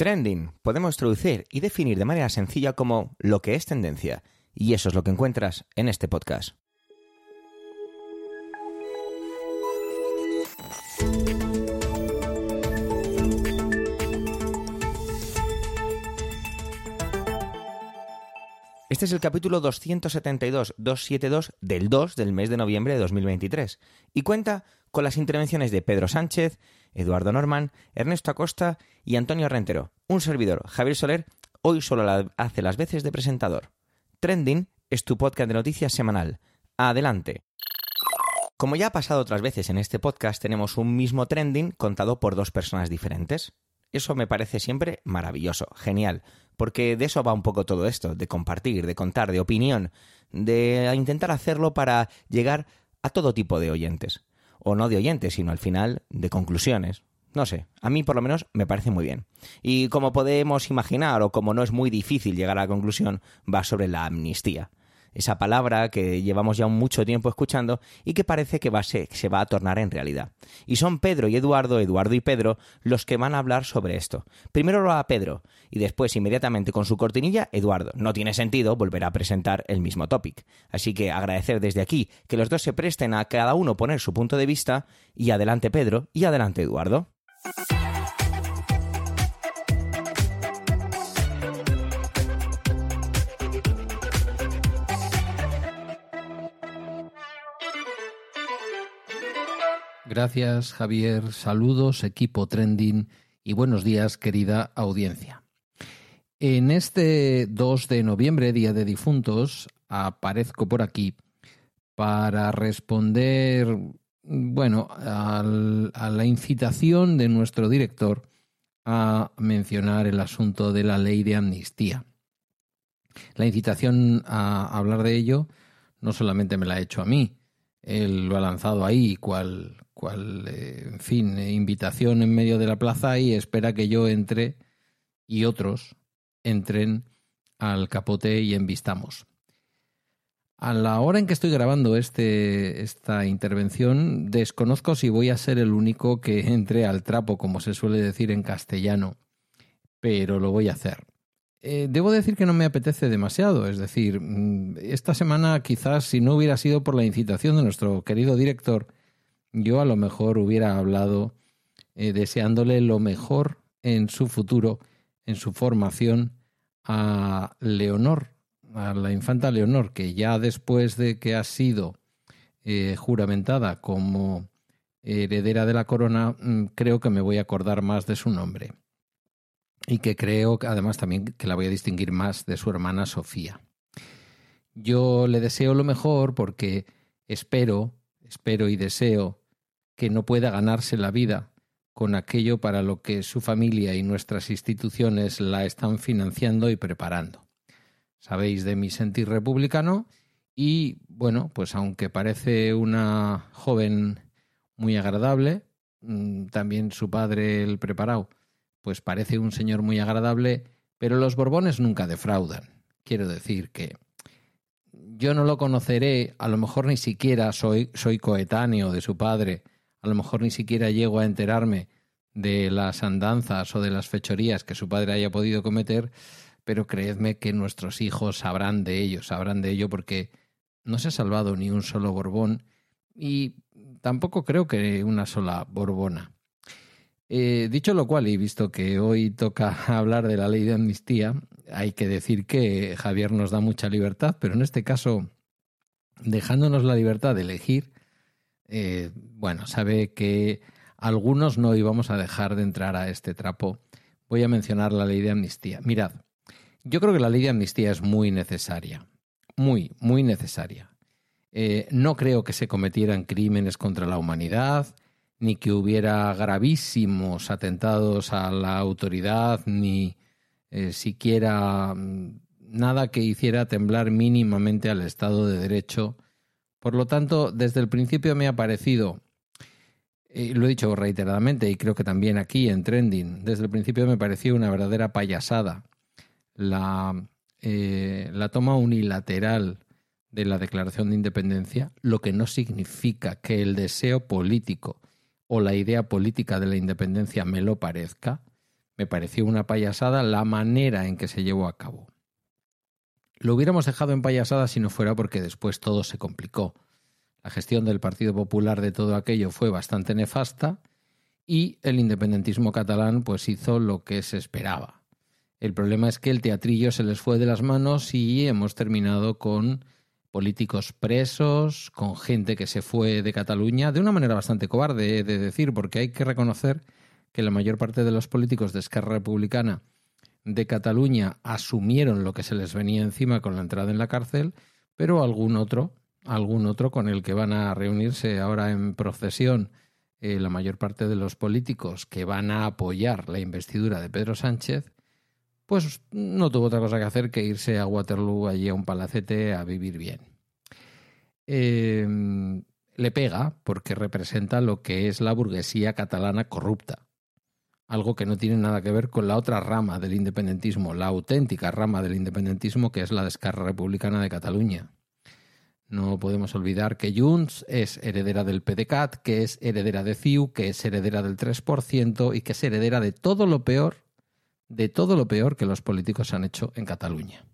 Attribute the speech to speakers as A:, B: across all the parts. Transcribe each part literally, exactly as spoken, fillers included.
A: Trending podemos traducir y definir de manera sencilla como lo que es tendencia, y eso es lo que encuentras en este podcast. Este es el capítulo doscientos setenta y dos, doscientos setenta y dos del dos del mes de noviembre de dos mil veintitrés y cuenta con las intervenciones de Pedro Sánchez, Eduardo Norman, Ernesto Acosta y Antonio Rentero. Un servidor, Javier Soler, hoy solo la hace las veces de presentador. Trending es tu podcast de noticias semanal. Adelante. Como ya ha pasado otras veces en este podcast, tenemos un mismo trending contado por dos personas diferentes. Eso me parece siempre maravilloso, genial, porque de eso va un poco todo esto, de compartir, de contar, de opinión, de intentar hacerlo para llegar a todo tipo de oyentes. O no de oyentes, sino al final de conclusiones. No sé, a mí por lo menos me parece muy bien. Y como podemos imaginar, o como no es muy difícil llegar a la conclusión, va sobre la amnistía. Esa palabra que llevamos ya mucho tiempo escuchando y que parece que va a ser, se va a tornar en realidad. Y son Pedro y Eduardo, Eduardo y Pedro, los que van a hablar sobre esto. Primero lo hará Pedro y después, inmediatamente con su cortinilla, Eduardo. No tiene sentido volver a presentar el mismo topic. Así que agradecer desde aquí que los dos se presten a cada uno poner su punto de vista y adelante Pedro y adelante Eduardo.
B: Gracias, Javier. Saludos, equipo Trending, y buenos días, querida audiencia. En este dos de noviembre, Día de Difuntos, aparezco por aquí para responder, bueno, al, a la incitación de nuestro director a mencionar el asunto de la ley de amnistía. La incitación a hablar de ello no solamente me la ha hecho a mí, él lo ha lanzado ahí, cual, cual eh, en fin, eh, invitación en medio de la plaza y espera que yo entre y otros entren al capote y envistamos. A la hora en que estoy grabando este, esta intervención, desconozco si voy a ser el único que entre al trapo, como se suele decir en castellano, pero lo voy a hacer. Eh, debo decir que no me apetece demasiado, es decir, esta semana quizás si no hubiera sido por la incitación de nuestro querido director, yo a lo mejor hubiera hablado eh, deseándole lo mejor en su futuro, en su formación, a Leonor, a la infanta Leonor, que ya después de que ha sido eh, juramentada como heredera de la corona, creo que me voy a acordar más de su nombre. Y que creo que además también que la voy a distinguir más de su hermana Sofía. Yo le deseo lo mejor porque espero, espero y deseo que no pueda ganarse la vida con aquello para lo que su familia y nuestras instituciones la están financiando y preparando. Sabéis de mi sentir republicano y, bueno, pues aunque parece una joven muy agradable, también su padre, el preparado, pues parece un señor muy agradable, pero los Borbones nunca defraudan. Quiero decir que yo no lo conoceré, a lo mejor ni siquiera soy, soy coetáneo de su padre, a lo mejor ni siquiera llego a enterarme de las andanzas o de las fechorías que su padre haya podido cometer, pero creedme que nuestros hijos sabrán de ello, sabrán de ello porque no se ha salvado ni un solo Borbón y tampoco creo que una sola Borbona. Eh, dicho lo cual, y visto que hoy toca hablar de la ley de amnistía, hay que decir que Javier nos da mucha libertad, pero en este caso, dejándonos la libertad de elegir, eh, bueno, sabe que algunos no íbamos a dejar de entrar a este trapo. Voy a mencionar la ley de amnistía. Mirad, yo creo que la ley de amnistía es muy necesaria, muy, muy necesaria. Eh, no creo que se cometieran crímenes contra la humanidad, ni que hubiera gravísimos atentados a la autoridad, ni eh, siquiera nada que hiciera temblar mínimamente al Estado de Derecho. Por lo tanto, desde el principio me ha parecido, eh, lo he dicho reiteradamente y creo que también aquí en Trending, desde el principio me pareció una verdadera payasada la, eh, la toma unilateral de la Declaración de Independencia, lo que no significa que el deseo político o la idea política de la independencia me lo parezca, Me pareció una payasada la manera en que se llevó a cabo. Lo hubiéramos dejado en payasada si no fuera porque después todo se complicó. La gestión del Partido Popular de todo aquello fue bastante nefasta y el independentismo catalán pues hizo lo que se esperaba. El problema es que el teatrillo se les fue de las manos y hemos terminado con políticos presos, con gente que se fue de Cataluña de una manera bastante cobarde, he de decir, porque hay que reconocer que la mayor parte de los políticos de Esquerra Republicana de Cataluña asumieron lo que se les venía encima con la entrada en la cárcel, pero algún otro, algún otro con el que van a reunirse ahora en procesión eh, la mayor parte de los políticos que van a apoyar la investidura de Pedro Sánchez, pues no tuvo otra cosa que hacer que irse a Waterloo, allí a un palacete, a vivir bien. Eh, le pega porque representa lo que es la burguesía catalana corrupta. Algo que no tiene nada que ver con la otra rama del independentismo, la auténtica rama del independentismo que es la de Esquerra Republicana de Cataluña. No podemos olvidar que Junts es heredera del PDeCAT, que es heredera de C I U, que es heredera del tres por ciento y que es heredera de todo lo peor, de todo lo peor que los políticos han hecho en Cataluña.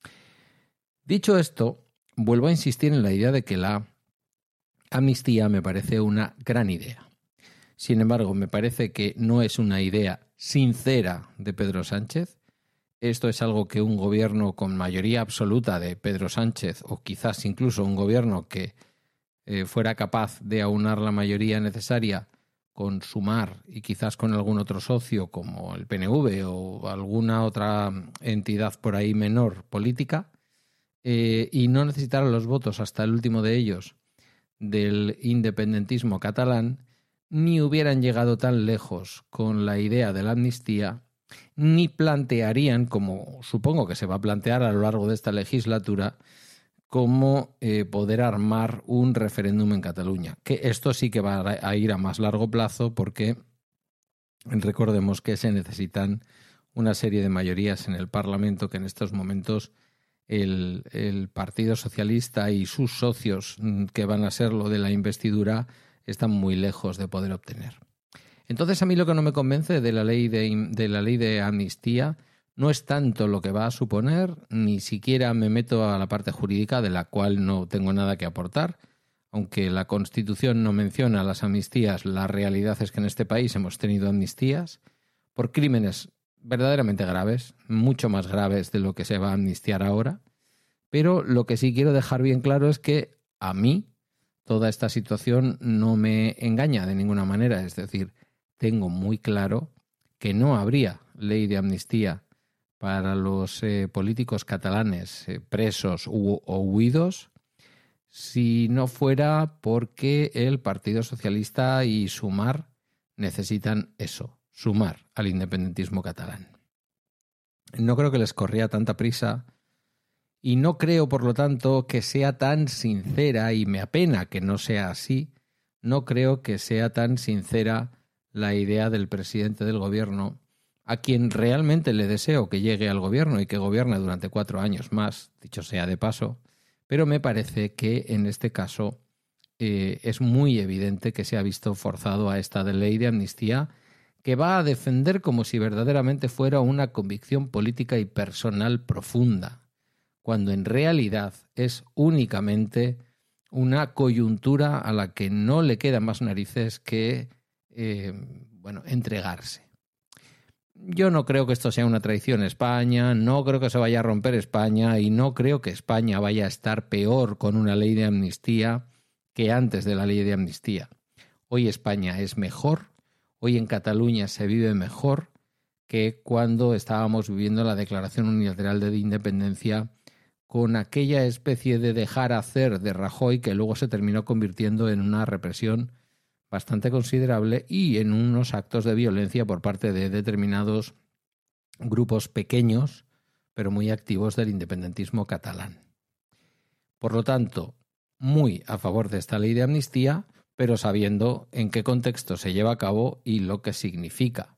B: Dicho esto, vuelvo a insistir en la idea de que la amnistía me parece una gran idea. Sin embargo, me parece que no es una idea sincera de Pedro Sánchez. Esto es algo que un gobierno con mayoría absoluta de Pedro Sánchez, o quizás incluso un gobierno que eh, fuera capaz de aunar la mayoría necesaria con Sumar y quizás con algún otro socio como el P N V o alguna otra entidad por ahí menor política, eh, y no necesitar los votos hasta el último de ellos del independentismo catalán, ni hubieran llegado tan lejos con la idea de la amnistía, ni plantearían, como supongo que se va a plantear a lo largo de esta legislatura, cómo eh, poder armar un referéndum en Cataluña. Que esto sí que va a ir a más largo plazo porque recordemos que se necesitan una serie de mayorías en el Parlamento que en estos momentos el, el Partido Socialista y sus socios, que van a ser lo de la investidura, están muy lejos de poder obtener. Entonces, a mí lo que no me convence de la ley de, de la ley de amnistía no es tanto lo que va a suponer, ni siquiera me meto a la parte jurídica de la cual no tengo nada que aportar. Aunque la Constitución no menciona las amnistías, la realidad es que en este país hemos tenido amnistías por crímenes verdaderamente graves, mucho más graves de lo que se va a amnistiar ahora. Pero lo que sí quiero dejar bien claro es que a mí toda esta situación no me engaña de ninguna manera. Es decir, tengo muy claro que no habría ley de amnistía para los eh, políticos catalanes eh, presos u, o huidos si no fuera porque el Partido Socialista y Sumar necesitan eso, sumar al independentismo catalán. No creo que les corría tanta prisa y no creo, por lo tanto, que sea tan sincera, y me apena que no sea así, no creo que sea tan sincera la idea del presidente del gobierno, a quien realmente le deseo que llegue al gobierno y que gobierne durante cuatro años más, dicho sea de paso, pero me parece que en este caso eh, es muy evidente que se ha visto forzado a esta ley de amnistía que va a defender como si verdaderamente fuera una convicción política y personal profunda, cuando en realidad es únicamente una coyuntura a la que no le queda más narices que eh, bueno, entregarse. Yo no creo que esto sea una traición a España, no creo que se vaya a romper España y no creo que España vaya a estar peor con una ley de amnistía que antes de la ley de amnistía. Hoy España es mejor, hoy en Cataluña se vive mejor que cuando estábamos viviendo la Declaración Unilateral de Independencia con aquella especie de dejar hacer de Rajoy que luego se terminó convirtiendo en una represión bastante considerable y en unos actos de violencia por parte de determinados grupos pequeños, pero muy activos del independentismo catalán. Por lo tanto, muy a favor de esta ley de amnistía, pero sabiendo en qué contexto se lleva a cabo y lo que significa.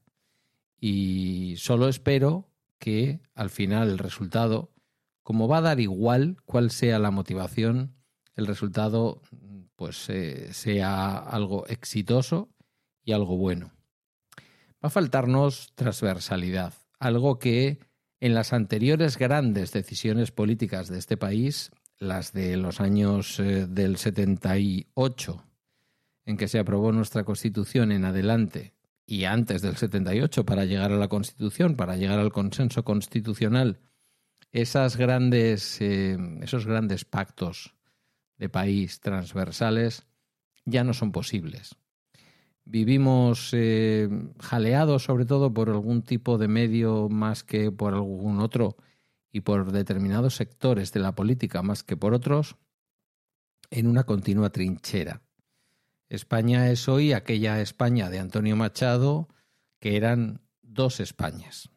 B: Y solo espero que al final el resultado, como va a dar igual cuál sea la motivación, el resultado pues eh, sea algo exitoso y algo bueno. Va a faltarnos transversalidad, algo que en las anteriores grandes decisiones políticas de este país, las de los años eh, del setenta y ocho, en que se aprobó nuestra Constitución en adelante, y antes del setenta y ocho para llegar a la Constitución, para llegar al consenso constitucional, esas grandes, eh, esos grandes pactos de país transversales ya no son posibles. Vivimos eh, jaleados sobre todo por algún tipo de medio más que por algún otro y por determinados sectores de la política más que por otros, en una continua trinchera. España es hoy aquella España de Antonio Machado, que eran dos Españas.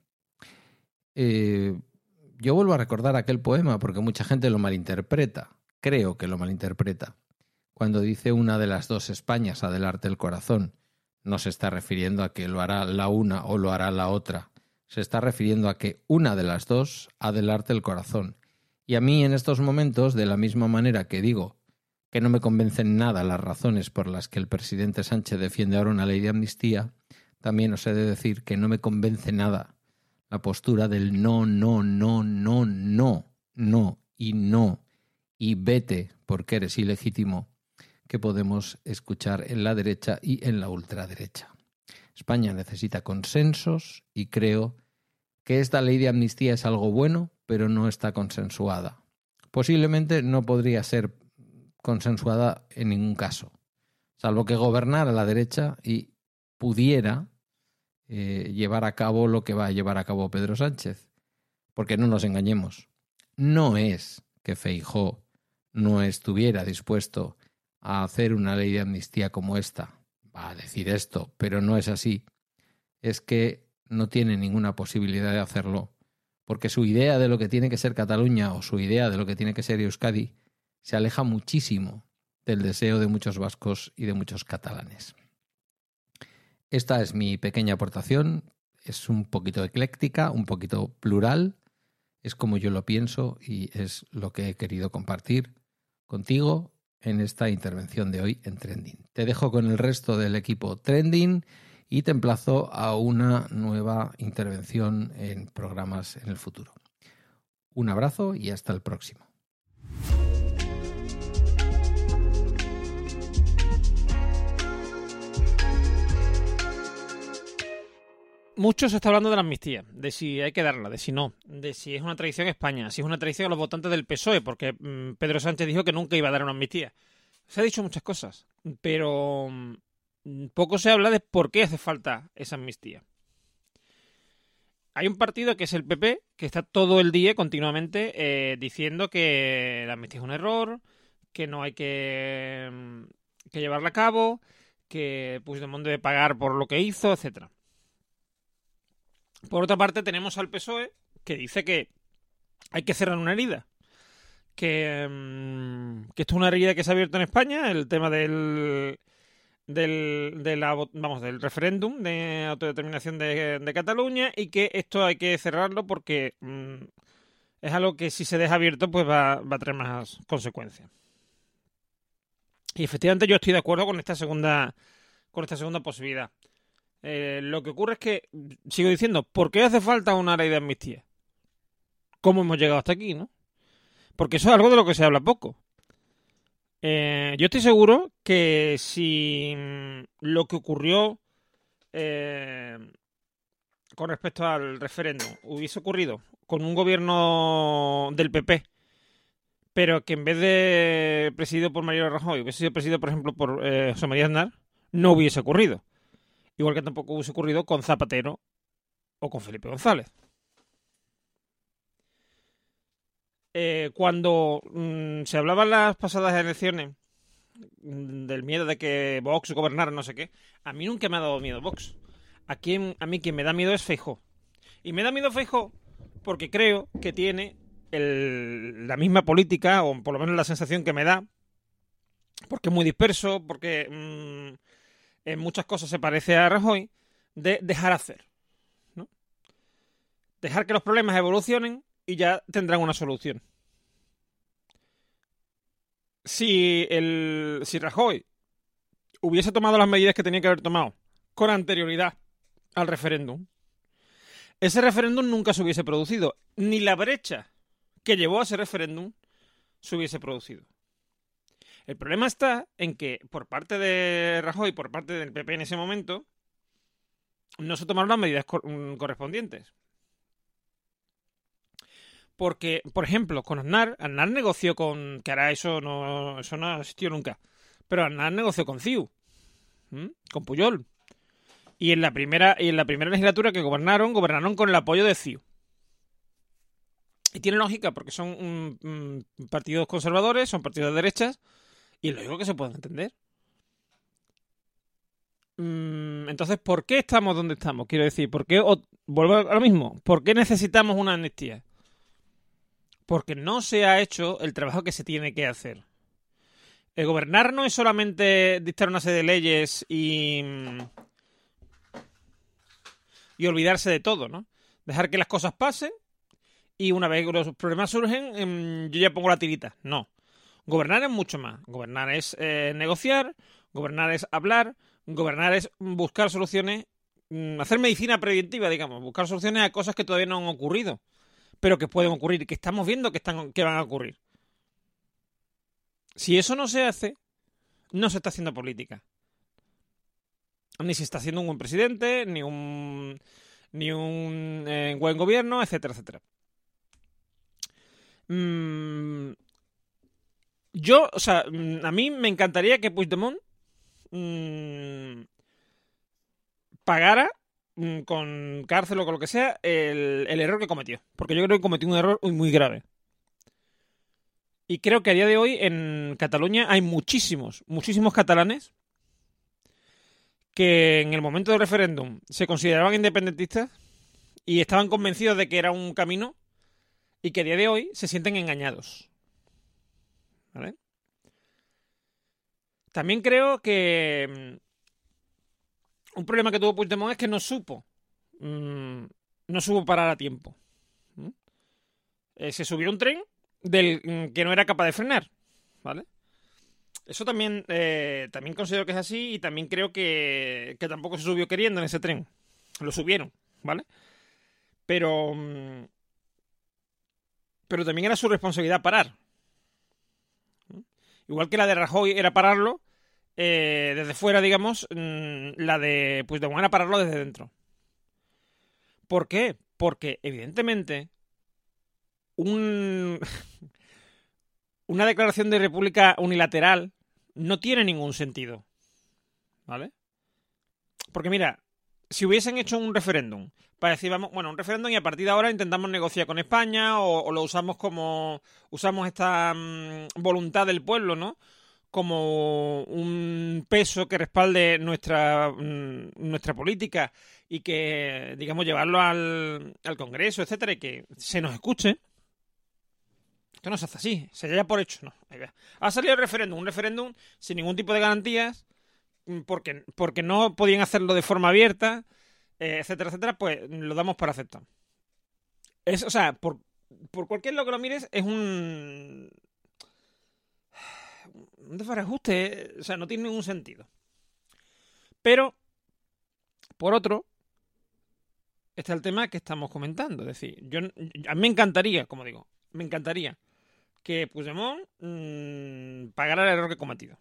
B: Eh, yo vuelvo a recordar aquel poema porque mucha gente lo malinterpreta, creo que lo malinterpreta. Cuando dice una de las dos Españas, adelante el corazón, no se está refiriendo a que lo hará la una o lo hará la otra. Se está refiriendo a que una de las dos adelante el corazón. Y a mí en estos momentos, de la misma manera que digo que no me convencen nada las razones por las que el presidente Sánchez defiende ahora una ley de amnistía, también os he de decir que no me convence nada la postura del no, no, no, no, no, no y no y vete porque eres ilegítimo que podemos escuchar en la derecha y en la ultraderecha. España necesita consensos y creo que esta ley de amnistía es algo bueno, pero no está consensuada. Posiblemente no podría ser consensuada en ningún caso, salvo que gobernara la derecha y pudiera eh, llevar a cabo lo que va a llevar a cabo Pedro Sánchez. Porque no nos engañemos, no es que Feijóo no estuviera dispuesto a hacer una ley de amnistía como esta. Va a decir esto, pero no es así. Es que no tiene ninguna posibilidad de hacerlo, porque su idea de lo que tiene que ser Cataluña o su idea de lo que tiene que ser Euskadi se aleja muchísimo del deseo de muchos vascos y de muchos catalanes. Esta es mi pequeña aportación. Es un poquito ecléctica, un poquito plural. Es como yo lo pienso y es lo que he querido compartir contigo en esta intervención de hoy en Trending. Te dejo con el resto del equipo Trending y te emplazo a una nueva intervención en programas en el futuro. Un abrazo y hasta el próximo.
C: Mucho se está hablando de la amnistía, de si hay que darla, de si no, de si es una traición a España, si es una traición a los votantes del P S O E, porque mmm, Pedro Sánchez dijo que nunca iba a dar una amnistía. Se ha dicho muchas cosas, pero mmm, poco se habla de por qué hace falta esa amnistía. Hay un partido que es el P P, que está todo el día continuamente eh, diciendo que la amnistía es un error, que no hay que, que llevarla a cabo, que Puigdemont debe pagar por lo que hizo, etcétera. Por otra parte tenemos al P S O E que dice que hay que cerrar una herida, que, mmm, que esto es una herida que se ha abierto en España, el tema del del, de la, vamos, del referéndum de autodeterminación de, de Cataluña y que esto hay que cerrarlo porque mmm, es algo que si se deja abierto pues va, va a traer más consecuencias. Y efectivamente yo estoy de acuerdo con esta segunda, con esta segunda posibilidad. Eh, lo que ocurre es que, sigo diciendo, ¿por qué hace falta una ley de amnistía? ¿Cómo hemos llegado hasta aquí, no? Porque eso es algo de lo que se habla poco. Eh, yo estoy seguro que si lo que ocurrió eh, con respecto al referéndum hubiese ocurrido con un gobierno del P P, pero que en vez de presidido por Mariano Rajoy hubiese sido presidido, por ejemplo, por eh, José María Aznar, no hubiese ocurrido. Igual que tampoco hubiese ocurrido con Zapatero o con Felipe González. Eh, cuando mmm, se hablaba en las pasadas elecciones mmm, del miedo de que Vox gobernara no sé qué, a mí nunca me ha dado miedo Vox. A, quien, a mí quien me da miedo es Feijóo. Y me da miedo Feijóo porque creo que tiene el, la misma política, o por lo menos la sensación que me da, porque es muy disperso, porque... Mmm, en muchas cosas se parece a Rajoy, de dejar hacer, ¿no? Dejar que los problemas evolucionen y ya tendrán una solución. Si, el, si Rajoy hubiese tomado las medidas que tenía que haber tomado con anterioridad al referéndum. Ese referéndum nunca se hubiese producido, ni la brecha que llevó a ese referéndum se hubiese producido. El problema está en que por parte de Rajoy, por parte del P P en ese momento, no se tomaron las medidas cor- correspondientes. Porque, por ejemplo, con Aznar, Aznar negoció con... que ahora eso no, eso no ha existido nunca. Pero Aznar negoció con C I U, ¿m? Con Pujol. Y en la primera y en la primera legislatura que gobernaron, gobernaron con el apoyo de C I U. Y tiene lógica, porque son um, um, partidos conservadores, son partidos de derechas, y es lógico que se pueden entender. Um, entonces, ¿por qué estamos donde estamos? Quiero decir, ¿por qué, o, vuelvo a lo mismo, ¿por qué necesitamos una amnistía? Porque no se ha hecho el trabajo que se tiene que hacer. El gobernar no es solamente dictar una serie de leyes y... y olvidarse de todo, ¿no? Dejar que las cosas pasen y una vez que los problemas surgen, yo ya pongo la tirita. No. Gobernar es mucho más. Gobernar es eh, negociar, gobernar es hablar, gobernar es buscar soluciones, hacer medicina preventiva, digamos, buscar soluciones a cosas que todavía no han ocurrido, pero que pueden ocurrir, que estamos viendo que, están, que van a ocurrir. Si eso no se hace, no se está haciendo política. Ni se está haciendo un buen presidente, ni un ni un eh, buen gobierno, etcétera, etcétera. Mm, yo, o sea, a mí me encantaría que Puigdemont mmm, pagara mmm, con cárcel o con lo que sea el, el error que cometió. Porque yo creo que cometió un error muy, muy grave. Y creo que a día de hoy en Cataluña hay muchísimos, muchísimos catalanes que en el momento del referéndum se consideraban independentistas y estaban convencidos de que era un camino y que a día de hoy se sienten engañados. ¿Vale? También creo que un problema que tuvo Puigdemont es que no supo mmm, no supo parar a tiempo. ¿Mm? Eh, se subió a un tren del que no era capaz de frenar, ¿vale? Eso también, eh, también considero que es así y también creo que, que tampoco se subió queriendo en ese tren. Lo subieron, ¿vale? Pero, pero también era su responsabilidad parar. Igual que la de Rajoy era pararlo eh, desde fuera, digamos, la de Puigdemont era pararlo desde dentro. ¿Por qué? Porque, evidentemente, un... una declaración de república unilateral no tiene ningún sentido, ¿vale? Porque mira, si hubiesen hecho un referéndum para decir, vamos, bueno, un referéndum y a partir de ahora intentamos negociar con España o, o lo usamos como, usamos esta mmm, voluntad del pueblo, ¿no? Como un peso que respalde nuestra, mmm, nuestra política y que, digamos, llevarlo al, al Congreso, etcétera, y que se nos escuche. Que no se hace así, se da por hecho, no. Ha salido el referéndum, un referéndum sin ningún tipo de garantías, porque, porque no podían hacerlo de forma abierta, eh, etcétera, etcétera, pues lo damos por aceptado. Es, o sea, por, por cualquier lado que lo mires, es un... un desbarajuste, o sea, no tiene ningún sentido. Pero, por otro, está el tema que estamos comentando. Es decir, yo, a mí me encantaría, como digo, me encantaría que Puigdemont mmm, pagara el error que ha cometido.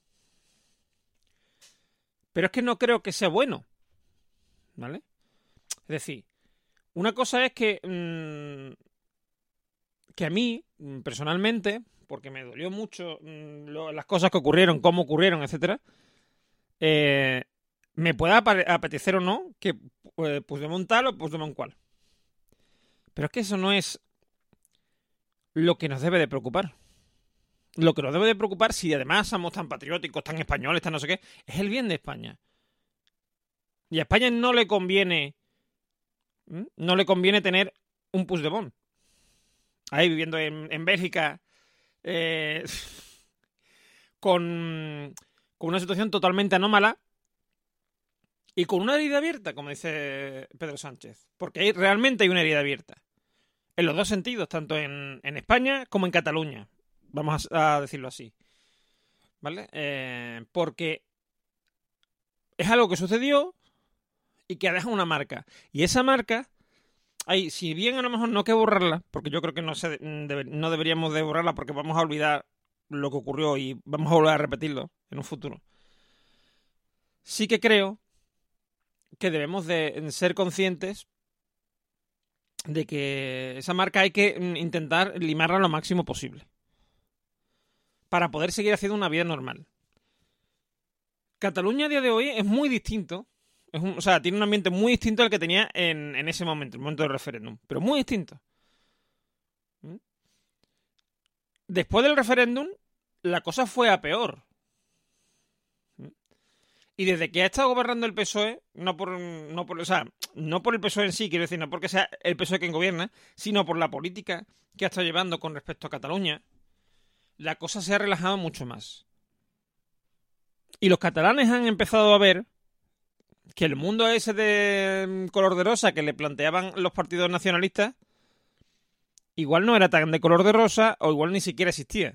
C: Pero es que no creo que sea bueno, ¿vale? Es decir, una cosa es que mmm, que a mí, personalmente, porque me dolió mucho mmm, lo, las cosas que ocurrieron, cómo ocurrieron, etcétera, eh, me pueda apetecer o no que eh, Puigdemont tal o Puigdemont cual. Pero es que eso no es lo que nos debe de preocupar. Lo que nos debe de preocupar, si además somos tan patrióticos, tan españoles, tan no sé qué, es el bien de España. Y a España no le conviene ¿m? no le conviene tener un Puigdemont ahí viviendo en, en Bélgica eh, con, con una situación totalmente anómala y con una herida abierta, como dice Pedro Sánchez. Porque hay, realmente hay una herida abierta. En los dos sentidos, tanto en, en España como en Cataluña. Vamos a, a decirlo así. ¿Vale? Eh, porque es algo que sucedió y que ha dejado una marca. Y esa marca, hay, si bien a lo mejor no hay que borrarla, porque yo creo que no, se, debe, no deberíamos de borrarla porque vamos a olvidar lo que ocurrió y vamos a volver a repetirlo en un futuro. Sí que creo que debemos de ser conscientes de que esa marca hay que intentar limarla lo máximo posible para poder seguir haciendo una vida normal. Cataluña a día de hoy es muy distinto. Es un, o sea, tiene un ambiente muy distinto al que tenía en, en ese momento, el momento del referéndum. Pero muy distinto. ¿Mm? Después del referéndum, la cosa fue a peor. ¿Mm? Y desde que ha estado gobernando el P S O E, no por, no por, o sea, no por el P S O E en sí, quiero decir, no porque sea el P S O E quien gobierna, sino por la política que ha estado llevando con respecto a Cataluña, la cosa se ha relajado mucho más. Y los catalanes han empezado a ver que el mundo ese de color de rosa que le planteaban los partidos nacionalistas igual no era tan de color de rosa o igual ni siquiera existía.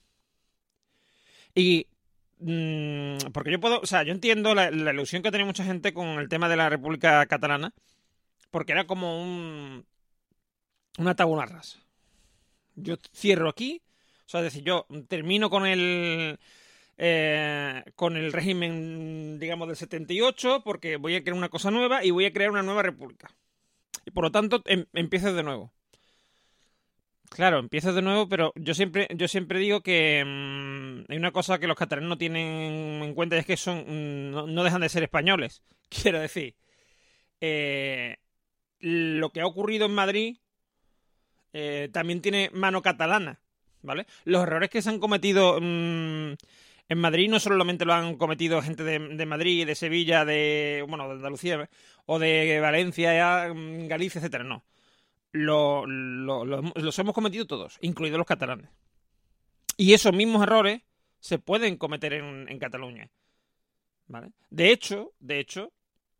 C: Y mmm, porque yo puedo, o sea, yo entiendo la, la ilusión que tenía mucha gente con el tema de la República Catalana, porque era como un una tabula rasa. Yo cierro aquí, o sea, es decir, yo termino con el Eh, con el régimen, digamos, del setenta y ocho, porque voy a crear una cosa nueva y voy a crear una nueva república. Y por lo tanto, em, empiezo de nuevo. Claro, empiezo de nuevo, pero yo siempre, yo siempre digo que mmm, hay una cosa que los catalanes no tienen en cuenta y es que son mmm, no, no dejan de ser españoles. Quiero decir, eh, lo que ha ocurrido en Madrid eh, también tiene mano catalana, ¿vale? Los errores que se han cometido mmm, en Madrid no solamente lo han cometido gente de, de Madrid, de Sevilla, de bueno, de Andalucía o de Valencia, Galicia, etcétera. No. Lo, lo, lo, los hemos cometido todos, incluidos los catalanes. Y esos mismos errores se pueden cometer en, en Cataluña. ¿Vale? De hecho, de hecho,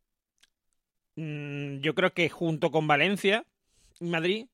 C: mmm, yo creo que junto con Valencia y Madrid,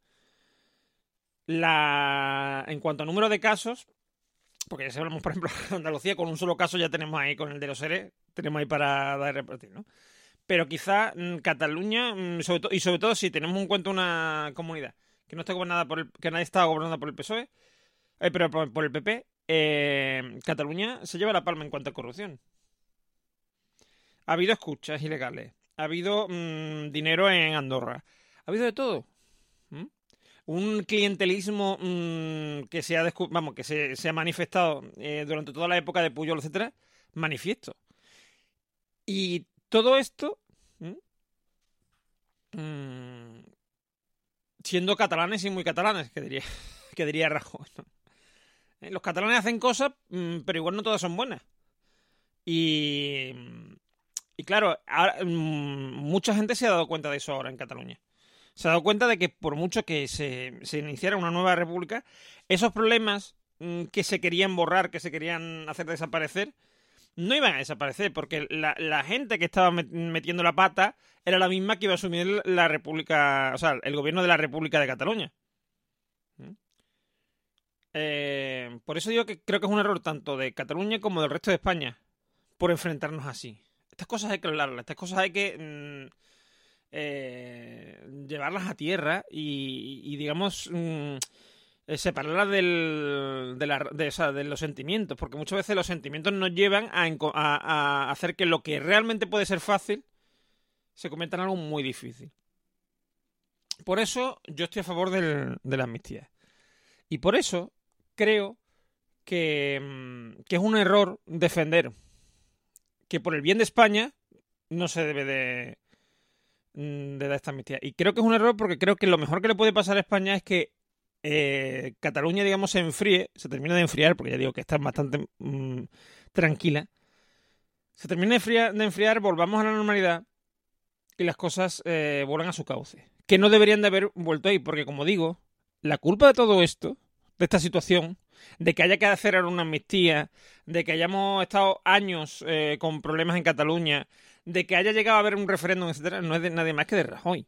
C: la, en cuanto a número de casos, porque ya si hablamos, por ejemplo, de Andalucía, con un solo caso ya tenemos ahí, con el de los E R E, tenemos ahí para dar y repartir, ¿no? Pero quizá mmm, Cataluña, mmm, sobre to- y sobre todo si tenemos en cuenta una comunidad que no está gobernada por el, que nadie está gobernada por el P S O E, eh, pero por, por el P P, eh, Cataluña se lleva la palma en cuanto a corrupción. Ha habido escuchas ilegales, ha habido mmm, dinero en Andorra, ha habido de todo. ¿Mm? Un clientelismo mmm, que se ha descu- vamos, que se, se ha manifestado eh, durante toda la época de Puyol, etcétera, manifiesto. Y todo esto, ¿m? Mm, siendo catalanes y muy catalanes, que diría, que diría Rajoy, ¿no? Eh, Los catalanes hacen cosas, mm, pero igual no todas son buenas. Y, y claro, ahora, mm, mucha gente se ha dado cuenta de eso ahora en Cataluña. Se ha dado cuenta de que por mucho que se, se iniciara una nueva república, esos problemas mm, que se querían borrar, que se querían hacer desaparecer, no iban a desaparecer, porque la, la gente que estaba metiendo la pata era la misma que iba a asumir la república, o sea, el gobierno de la República de Cataluña. ¿Mm? Eh, por eso digo que creo que es un error tanto de Cataluña como del resto de España, por enfrentarnos así. Estas cosas hay que hablarlas, estas cosas hay que mmm, eh, llevarlas a tierra y, y digamos, mmm, separarlas del, de, la, de, o sea, de los sentimientos, porque muchas veces los sentimientos nos llevan a, a, a hacer que lo que realmente puede ser fácil se convierta en algo muy difícil. Por eso yo estoy a favor del, de la amnistía. Y por eso creo que, que es un error defender que por el bien de España no se debe de, de dar esta amnistía. Y creo que es un error porque creo que lo mejor que le puede pasar a España es que eh, Cataluña, digamos, se enfríe, se termina de enfriar, porque ya digo que está bastante mmm, tranquila, se termina de enfriar, de enfriar, volvamos a la normalidad y las cosas eh, vuelvan a su cauce. Que no deberían de haber vuelto ahí, porque como digo, la culpa de todo esto, de esta situación, de que haya que hacer ahora una amnistía, de que hayamos estado años eh, con problemas en Cataluña, de que haya llegado a haber un referéndum, etcétera, no es de nadie más que de Rajoy.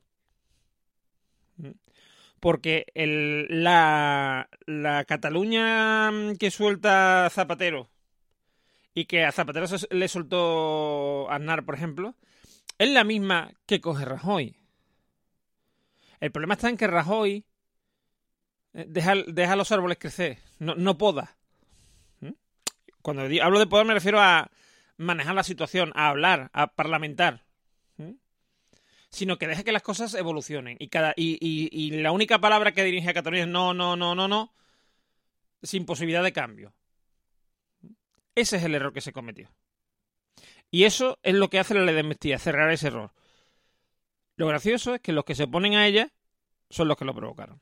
C: Porque el, la, la Cataluña que suelta Zapatero y que a Zapatero se, le soltó Aznar, por ejemplo, es la misma que coge Rajoy. El problema está en que Rajoy deja, deja los árboles crecer, no, no poda. ¿Mm? Cuando digo, hablo de podar me refiero a manejar la situación, a hablar, a parlamentar. ¿Mm? Sino que deja que las cosas evolucionen. Y, cada, y, y, y la única palabra que dirige a Cataluña es no, no, no, no, no, sin posibilidad de cambio. Ese es el error que se cometió. Y eso es lo que hace la ley de amnistía, cerrar ese error. Lo gracioso es que los que se oponen a ella son los que lo provocaron.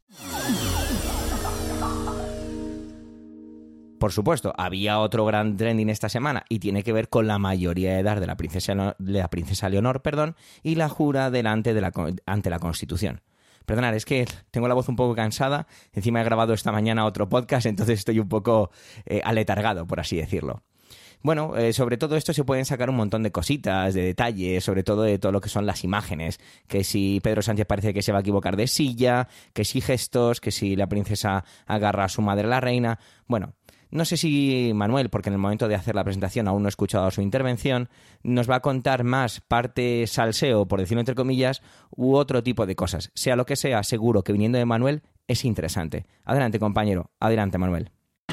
A: Por supuesto, había otro gran trending esta semana y tiene que ver con la mayoría de edad de la princesa, de la princesa Leonor, perdón, y la jura delante de la, ante la Constitución. Perdonad, es que tengo la voz un poco cansada, encima he grabado esta mañana otro podcast, entonces estoy un poco eh, aletargado, por así decirlo. Bueno, eh, sobre todo esto se pueden sacar un montón de cositas, de detalles, sobre todo de todo lo que son las imágenes. Que si Pedro Sánchez parece que se va a equivocar de silla, que si gestos, que si la princesa agarra a su madre la reina. Bueno, no sé si Manuel, porque en el momento de hacer la presentación aún no he escuchado su intervención, nos va a contar más parte salseo, por decirlo entre comillas, u otro tipo de cosas. Sea lo que sea, seguro que viniendo de Manuel es interesante. Adelante, compañero. Adelante, Manuel.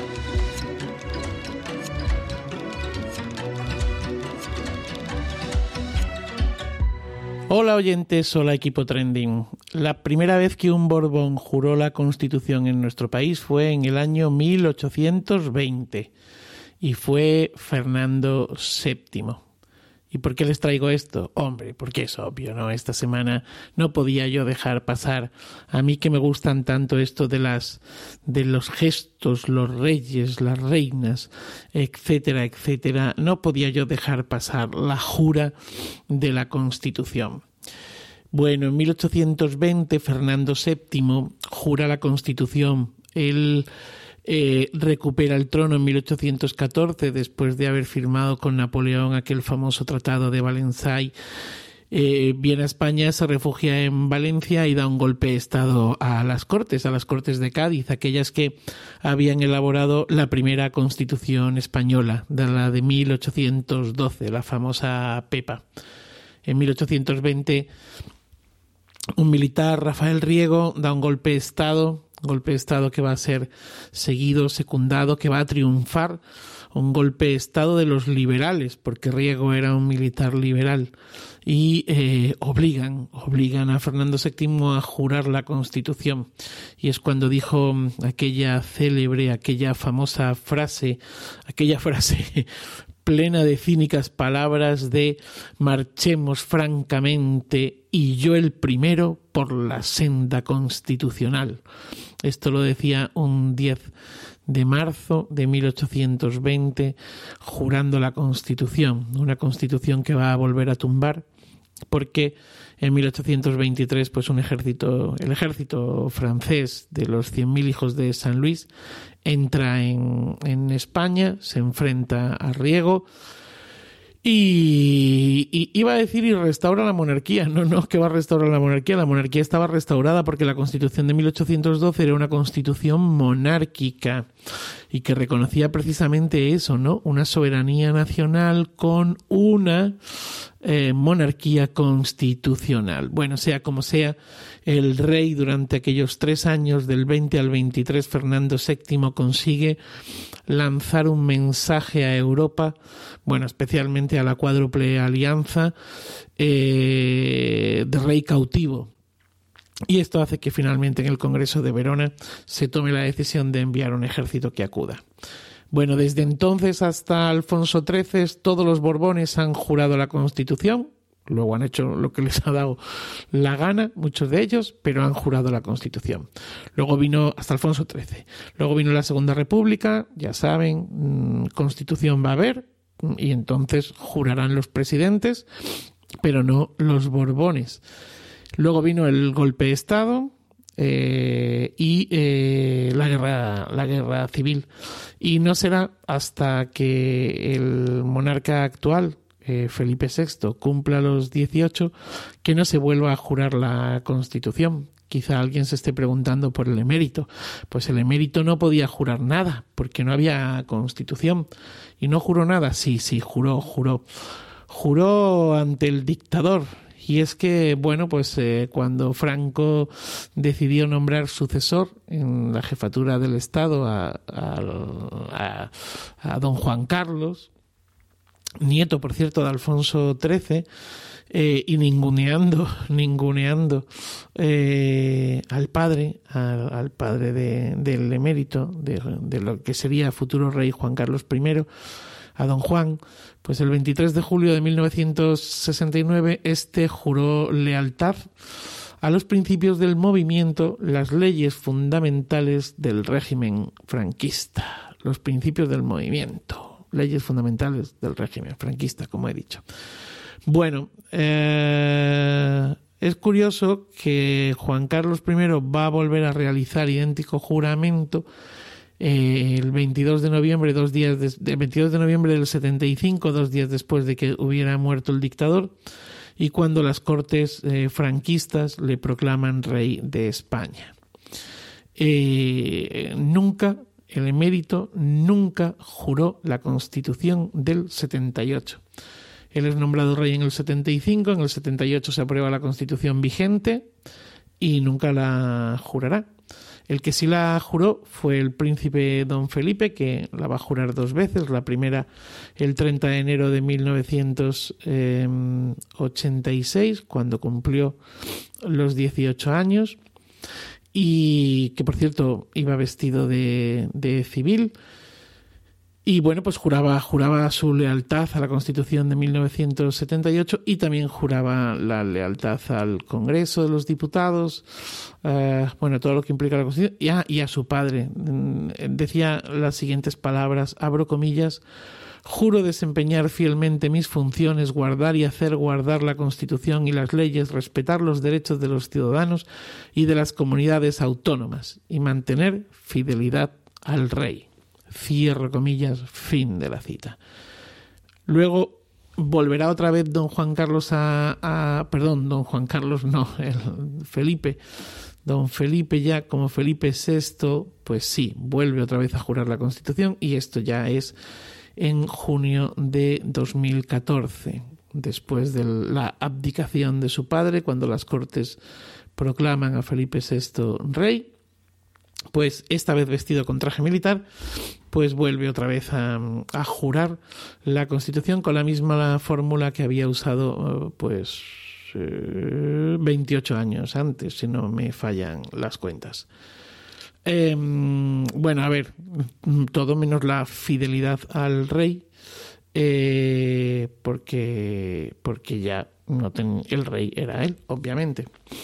D: Hola oyentes, hola equipo trending. La primera vez que un Borbón juró la Constitución en nuestro país fue en el año mil ochocientos veinte y fue Fernando séptimo. ¿Y por qué les traigo esto? Hombre, porque es obvio, ¿no? Esta semana no podía yo dejar pasar, a mí que me gustan tanto esto de las de los gestos, los reyes, las reinas, etcétera, etcétera, no podía yo dejar pasar la jura de la Constitución. Bueno, en mil ochocientos veinte Fernando séptimo jura la Constitución. Él Eh, recupera el trono en mil ochocientos catorce después de haber firmado con Napoleón aquel famoso tratado de Valenciennes. Eh, viene a España, se refugia en Valencia y da un golpe de estado a las Cortes, a las Cortes de Cádiz, aquellas que habían elaborado la primera Constitución española, de la de mil ochocientos doce, la famosa Pepa. En mil ochocientos veinte, un militar, Rafael Riego, da un golpe de estado, golpe de estado que va a ser seguido, secundado, que va a triunfar, un golpe de estado de los liberales, porque Riego era un militar liberal, y eh, obligan, obligan a Fernando séptimo a jurar la Constitución. Y es cuando dijo aquella célebre, aquella famosa frase, aquella frase plena de cínicas palabras de marchemos francamente y yo el primero por la senda constitucional. Esto lo decía un diez de marzo de mil ochocientos veinte, jurando la Constitución, una Constitución que va a volver a tumbar, porque en mil ochocientos veintitrés pues un ejército, el ejército francés de los cien mil hijos de San Luis entra en, en España, se enfrenta a Riego y, y iba a decir y restaura la monarquía. No, no, que va a restaurar la monarquía. La monarquía estaba restaurada porque la Constitución de mil ochocientos doce era una constitución monárquica y que reconocía precisamente eso, ¿no? Una soberanía nacional con una eh, monarquía constitucional. Bueno, sea como sea, el rey durante aquellos tres años, del veinte al veintitrés, Fernando séptimo, consigue lanzar un mensaje a Europa, bueno, especialmente a la cuádruple alianza eh, de rey cautivo. Y esto hace que finalmente en el Congreso de Verona se tome la decisión de enviar un ejército que acuda. Bueno, desde entonces hasta Alfonso trece, todos los Borbones han jurado la Constitución. Luego han hecho lo que les ha dado la gana, muchos de ellos, pero han jurado la Constitución. Luego vino hasta Alfonso trece. Luego vino la Segunda República, ya saben, Constitución va a haber, y entonces jurarán los presidentes, pero no los Borbones. Luego vino el golpe de Estado eh, y eh, la guerra, la guerra civil. Y no será hasta que el monarca actual, eh, Felipe sexto, cumpla los dieciocho, que no se vuelva a jurar la Constitución. Quizá alguien se esté preguntando por el emérito. Pues el emérito no podía jurar nada, porque no había Constitución. ¿Y no juró nada? Sí, sí, juró, juró. juró ante el dictador. Y es que, bueno, pues eh, cuando Franco decidió nombrar sucesor en la jefatura del Estado a, a, a, a don Juan Carlos, nieto, por cierto, de Alfonso trece, eh, y ninguneando, ninguneando eh, al padre, al, al padre de, del emérito, de, de lo que sería futuro rey Juan Carlos primero, a don Juan, pues el veintitrés de julio de mil novecientos sesenta y nueve este juró lealtad a los principios del movimiento, las leyes fundamentales del régimen franquista, los principios del movimiento, leyes fundamentales del régimen franquista, como he dicho. Bueno, eh, es curioso que Juan Carlos primero va a volver a realizar idéntico juramento Eh, el veintidós de noviembre, dos días de, el veintidós de noviembre del setenta y cinco, dos días después de que hubiera muerto el dictador, y cuando las Cortes eh, franquistas le proclaman rey de España. Eh, nunca, el emérito nunca juró la Constitución del setenta y ocho. Él es nombrado rey en el setenta y cinco, en el setenta y ocho se aprueba la Constitución vigente y nunca la jurará. El que sí la juró fue el príncipe don Felipe, que la va a jurar dos veces. La primera el treinta de enero de mil novecientos ochenta y seis, cuando cumplió los dieciocho años, y que, por cierto, iba vestido de, de civil. Y bueno, pues juraba, juraba su lealtad a la Constitución de mil novecientos setenta y ocho y también juraba la lealtad al Congreso de los Diputados, eh, bueno, todo lo que implica la Constitución, y a, y a su padre. Decía las siguientes palabras, abro comillas: juro desempeñar fielmente mis funciones, guardar y hacer guardar la Constitución y las leyes, respetar los derechos de los ciudadanos y de las comunidades autónomas y mantener fidelidad al rey. Cierro comillas, fin de la cita. Luego volverá otra vez don Juan Carlos a, a... Perdón, don Juan Carlos no, el Felipe. Don Felipe ya como Felipe sexto, pues sí, vuelve otra vez a jurar la Constitución, y esto ya es en junio de dos mil catorce, después de la abdicación de su padre, cuando las Cortes proclaman a Felipe sexto rey. Pues esta vez vestido con traje militar, pues vuelve otra vez a, a jurar la Constitución con la misma fórmula que había usado pues eh, veintiocho años antes, si no me fallan las cuentas. Eh, bueno, a ver, todo menos la fidelidad al rey, eh, porque, porque ya no ten, el rey era él, obviamente.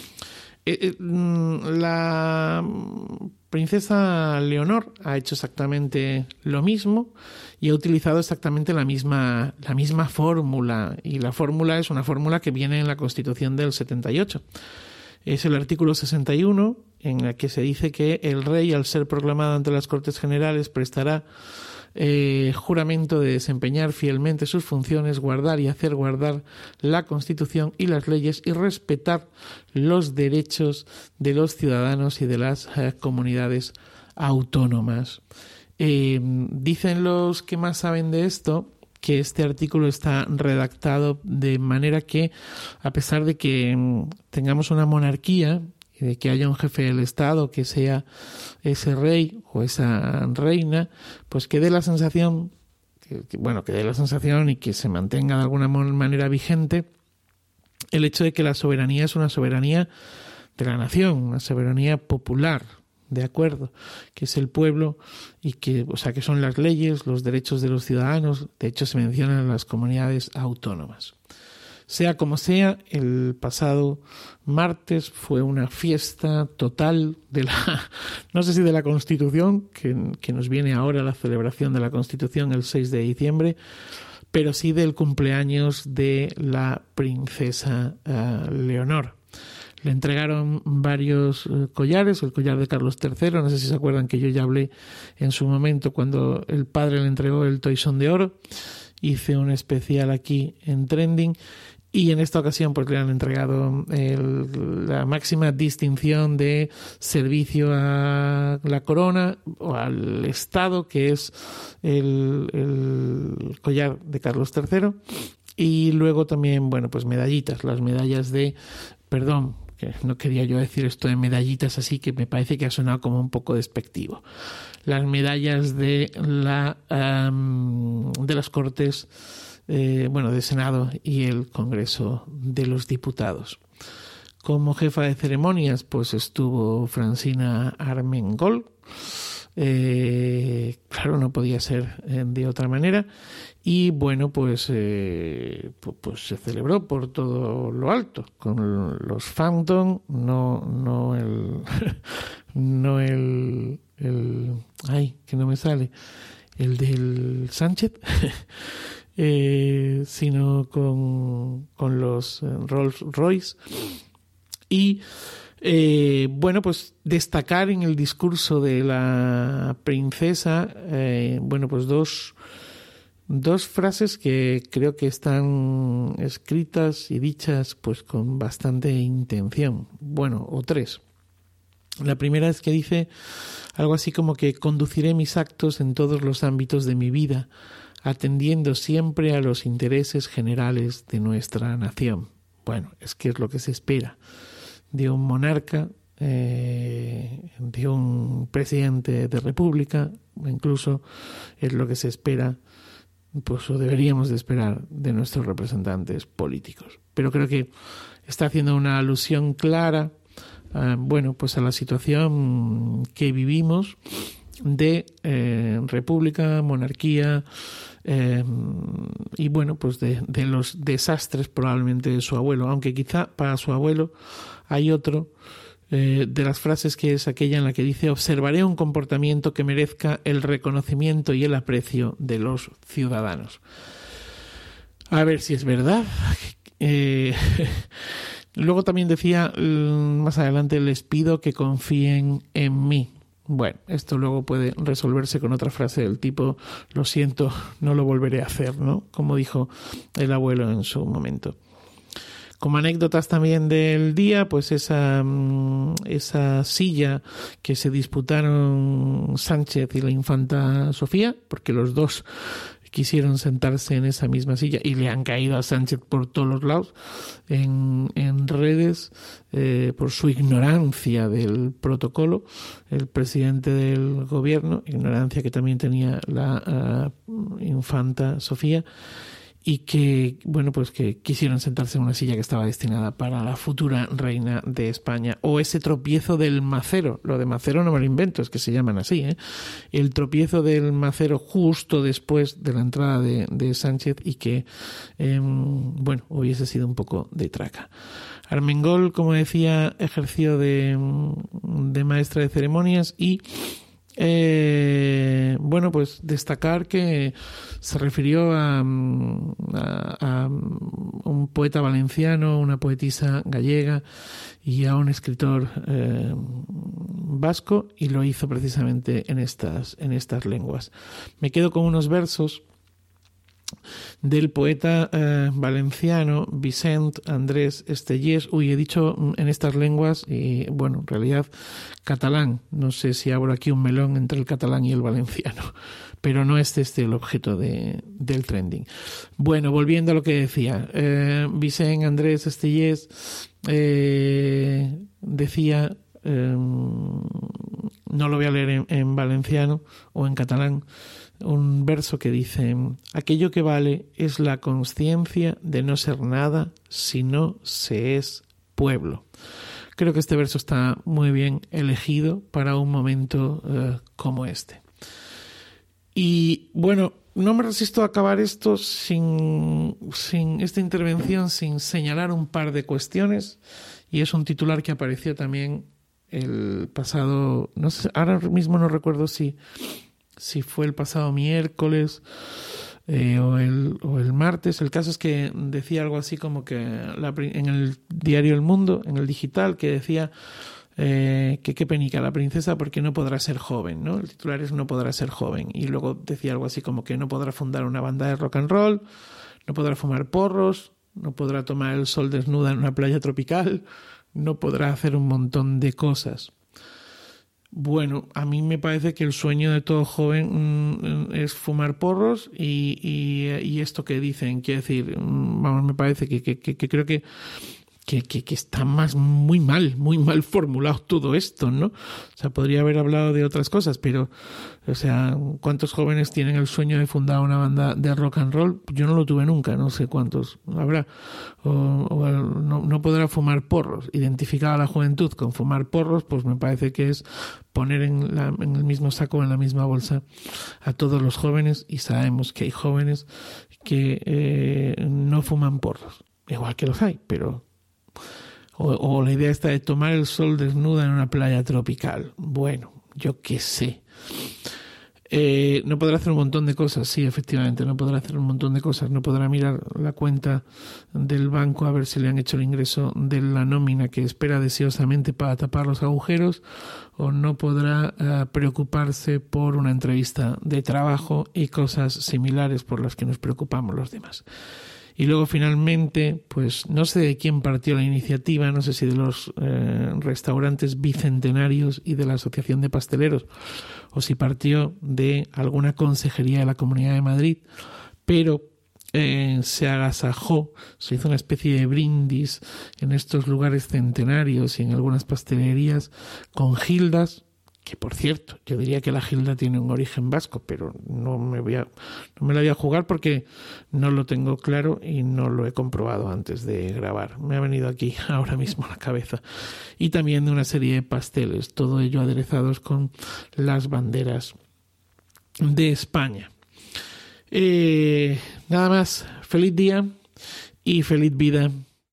D: La princesa Leonor ha hecho exactamente lo mismo y ha utilizado exactamente la misma, la misma fórmula, y la fórmula es una fórmula que viene en la Constitución del setenta y ocho. Es el artículo sesenta y uno, en el que se dice que el rey, al ser proclamado ante las Cortes Generales, prestará Eh, juramento de desempeñar fielmente sus funciones, guardar y hacer guardar la Constitución y las leyes y respetar los derechos de los ciudadanos y de las eh, comunidades autónomas. Eh, dicen los que más saben de esto que este artículo está redactado de manera que, a pesar de que mm, tengamos una monarquía y de que haya un jefe del Estado que sea ese rey o esa reina, pues que dé la sensación, que, que, bueno, que dé la sensación y que se mantenga de alguna manera vigente el hecho de que la soberanía es una soberanía de la nación, una soberanía popular, ¿de acuerdo? Que es el pueblo y que, o sea, que son las leyes, los derechos de los ciudadanos. De hecho, se mencionan las comunidades autónomas. Sea como sea, el pasado martes fue una fiesta total de la, no sé si de la Constitución, que, que nos viene ahora la celebración de la Constitución el seis de diciembre, pero sí del cumpleaños de la princesa uh, Leonor. Le entregaron varios uh, collares, el collar de Carlos tercero, no sé si se acuerdan que yo ya hablé en su momento cuando el padre le entregó el toisón de oro. Hice un especial aquí en Trending. Y en esta ocasión pues le han entregado el, la máxima distinción de servicio a la corona o al Estado, que es el, el collar de Carlos tercero. Y luego también, bueno, pues medallitas, las medallas de, perdón, que no quería yo decir esto de medallitas así, que me parece que ha sonado como un poco despectivo. Las medallas de la um, de las Cortes, eh, bueno, del Senado y el Congreso de los Diputados. Como jefa de ceremonias, pues estuvo Francina Armengol. Eh, claro, no podía ser eh, de otra manera. Y bueno, pues, eh, pues, pues se celebró por todo lo alto, con los Phantom, no, no el, no el, el, ay, que no me sale, el del Sánchez, eh, sino con, con los Rolls Royce. Y eh, bueno, pues destacar en el discurso de la princesa, eh, bueno, pues dos Dos frases que creo que están escritas y dichas pues con bastante intención. Bueno, o tres. La primera es que dice algo así como que conduciré mis actos en todos los ámbitos de mi vida, atendiendo siempre a los intereses generales de nuestra nación. Bueno, es que es lo que se espera de un monarca, eh, de un presidente de república, incluso es lo que se espera, pues o deberíamos de esperar de nuestros representantes políticos. Pero creo que está haciendo una alusión clara, eh, bueno, pues a la situación que vivimos de eh, república, monarquía, eh, y bueno, pues de, de los desastres probablemente de su abuelo, aunque quizá para su abuelo hay otro Eh, de las frases, que es aquella en la que dice: observaré un comportamiento que merezca el reconocimiento y el aprecio de los ciudadanos. A ver si es verdad. Eh, luego también decía más adelante: les pido que confíen en mí. Bueno, esto luego puede resolverse con otra frase del tipo: lo siento, no lo volveré a hacer, ¿no? Como dijo el abuelo en su momento. Como anécdotas también del día, pues esa, esa silla que se disputaron Sánchez y la infanta Sofía, porque los dos quisieron sentarse en esa misma silla y le han caído a Sánchez por todos los lados en, en redes, eh, por su ignorancia del protocolo, el presidente del gobierno, ignorancia que también tenía la uh, infanta Sofía, y que, bueno, pues que quisieron sentarse en una silla que estaba destinada para la futura reina de España. O ese tropiezo del macero, lo de macero no me lo invento, es que se llaman así, ¿eh? El tropiezo del macero justo después de la entrada de, de Sánchez y que, eh, bueno, hubiese sido un poco de traca. Armengol, como decía, ejerció de, de maestra de ceremonias y Eh, bueno, pues destacar que se refirió a, a, a un poeta valenciano, una poetisa gallega y a un escritor eh, vasco, y lo hizo precisamente en estas, en estas lenguas. Me quedo con unos versos del poeta eh, valenciano Vicent Andrés Estellés. Uy, he dicho en estas lenguas y, bueno, en realidad catalán. No sé si abro aquí un melón entre el catalán y el valenciano, pero no es este el objeto de, del trending. Bueno, volviendo a lo que decía, eh, Vicent Andrés Estellés eh, decía, eh, no lo voy a leer en, en valenciano o en catalán, un verso que dice: aquello que vale es la consciencia de no ser nada si no se es pueblo. Creo que este verso está muy bien elegido para un momento uh, como este. Y bueno, no me resisto a acabar esto sin, sin esta intervención sin señalar un par de cuestiones, y es un titular que apareció también el pasado, no sé, ahora mismo no recuerdo si si fue el pasado miércoles eh, o, el, o el martes. El caso es que decía algo así como que la, en el diario El Mundo, en el digital, que decía eh, que qué penica la princesa porque no podrá ser joven, ¿no? El titular es no podrá ser joven, y luego decía algo así como que no podrá fundar una banda de rock and roll, no podrá fumar porros, no podrá tomar el sol desnuda en una playa tropical, no podrá hacer un montón de cosas. Bueno, a mí me parece que el sueño de todo joven mmm, es fumar porros y, y, y esto que dicen, quiero decir, mmm, vamos, me parece que, que, que, que creo que Que, que, que está más muy mal, muy mal formulado todo esto, ¿no? O sea, podría haber hablado de otras cosas, pero, o sea, ¿cuántos jóvenes tienen el sueño de fundar una banda de rock and roll? Yo no lo tuve nunca, no sé cuántos habrá. O, o no, no podrá fumar porros. Identificar a la juventud con fumar porros, pues me parece que es poner en, la, en el mismo saco, en la misma bolsa a todos los jóvenes, y sabemos que hay jóvenes que eh, no fuman porros. Igual que los hay, pero... O, o la idea esta de tomar el sol desnuda en una playa tropical. Bueno, yo qué sé. Eh, no podrá hacer un montón de cosas, sí, efectivamente, no podrá hacer un montón de cosas. No podrá mirar la cuenta del banco a ver si le han hecho el ingreso de la nómina que espera deseosamente para tapar los agujeros, o no podrá uh, preocuparse por una entrevista de trabajo y cosas similares por las que nos preocupamos los demás. Y luego finalmente, pues no sé de quién partió la iniciativa, no sé si de los eh, restaurantes bicentenarios y de la Asociación de Pasteleros, o si partió de alguna consejería de la Comunidad de Madrid, pero eh, se agasajó, se hizo una especie de brindis en estos lugares centenarios y en algunas pastelerías con gildas, que por cierto, yo diría que la gilda tiene un origen vasco, pero no me voy a, no me la voy a jugar porque no lo tengo claro y no lo he comprobado antes de grabar. Me ha venido aquí ahora mismo a la cabeza. Y también de una serie de pasteles, todo ello aderezados con las banderas de España. Eh, nada más, feliz día y feliz vida.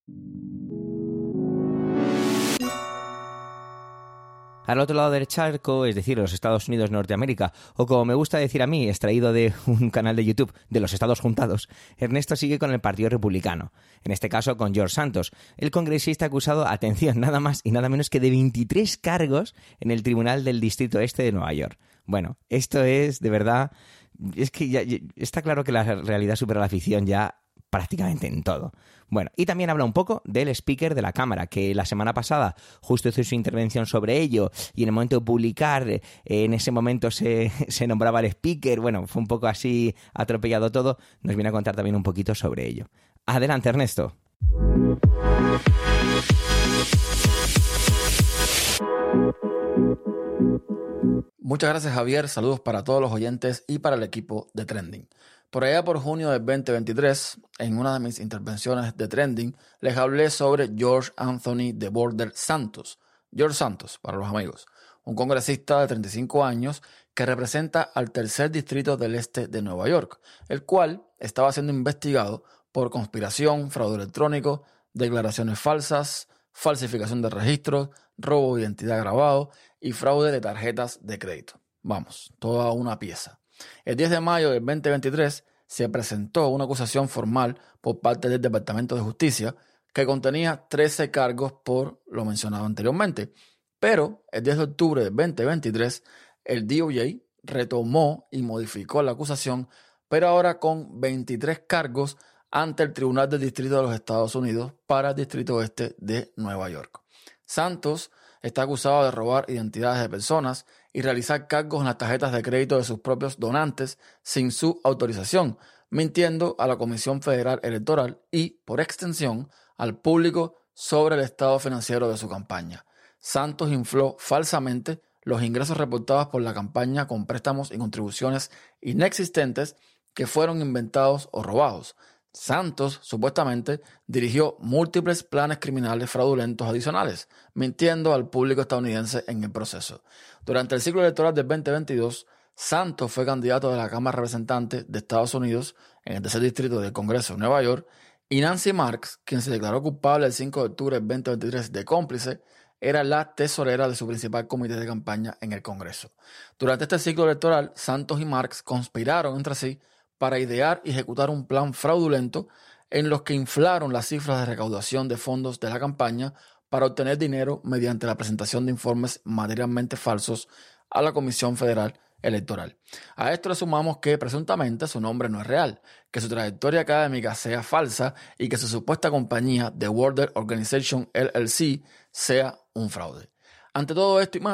A: Al otro lado del charco, es decir, los Estados Unidos de Norteamérica, o como me gusta decir a mí, extraído de un canal de YouTube de los Estados Juntados, Ernesto sigue con el Partido Republicano, en este caso con George Santos, el congresista acusado, atención, nada más y nada menos que de veintitrés cargos en el Tribunal del Distrito Este de Nueva York. Bueno, esto es, de verdad, es que ya, ya está claro que la realidad supera la ficción ya prácticamente en todo. Bueno, y también habla un poco del speaker de la Cámara, que la semana pasada justo hizo su intervención sobre ello, y en el momento de publicar, eh, en ese momento se, se nombraba el speaker. Bueno, fue un poco así atropellado todo. Nos viene a contar también un poquito sobre ello. Adelante, Ernesto.
E: Muchas gracias, Javier. Saludos para todos los oyentes y para el equipo de Trending. Por allá por junio del veinte veintitrés, en una de mis intervenciones de Trending, les hablé sobre George Anthony de Border Santos, George Santos para los amigos, un congresista de treinta y cinco años que representa al tercer distrito del este de Nueva York, el cual estaba siendo investigado por conspiración, fraude electrónico, declaraciones falsas, falsificación de registros, robo de identidad agravado y fraude de tarjetas de crédito. Vamos, toda una pieza. El diez de mayo del veinte veintitrés se presentó una acusación formal por parte del Departamento de Justicia que contenía trece cargos por lo mencionado anteriormente. Pero el diez de octubre del veinte veintitrés el D O J retomó y modificó la acusación, pero ahora con veintitrés cargos ante el Tribunal del Distrito de los Estados Unidos para el Distrito Este de Nueva York. Santos está acusado de robar identidades de personas y realizar cargos en las tarjetas de crédito de sus propios donantes sin su autorización, mintiendo a la Comisión Federal Electoral y, por extensión, al público sobre el estado financiero de su campaña. Santos infló falsamente los ingresos reportados por la campaña con préstamos y contribuciones inexistentes que fueron inventados o robados. Santos, supuestamente, dirigió múltiples planes criminales fraudulentos adicionales, mintiendo al público estadounidense en el proceso. Durante el ciclo electoral del veinte veintidós, Santos fue candidato de la Cámara de Representantes de Estados Unidos en el tercer distrito del Congreso de Nueva York, y Nancy Marks, quien se declaró culpable el cinco de octubre del veinte veintitrés de cómplice, era la tesorera de su principal comité de campaña en el Congreso. Durante este ciclo electoral, Santos y Marks conspiraron entre sí para idear y ejecutar un plan fraudulento en los que inflaron las cifras de recaudación de fondos de la campaña para obtener dinero mediante la presentación de informes materialmente falsos a la Comisión Federal Electoral. A esto le sumamos que presuntamente su nombre no es real, que su trayectoria académica sea falsa y que su supuesta compañía The Border Organization L L C sea un fraude. Ante todo esto y más,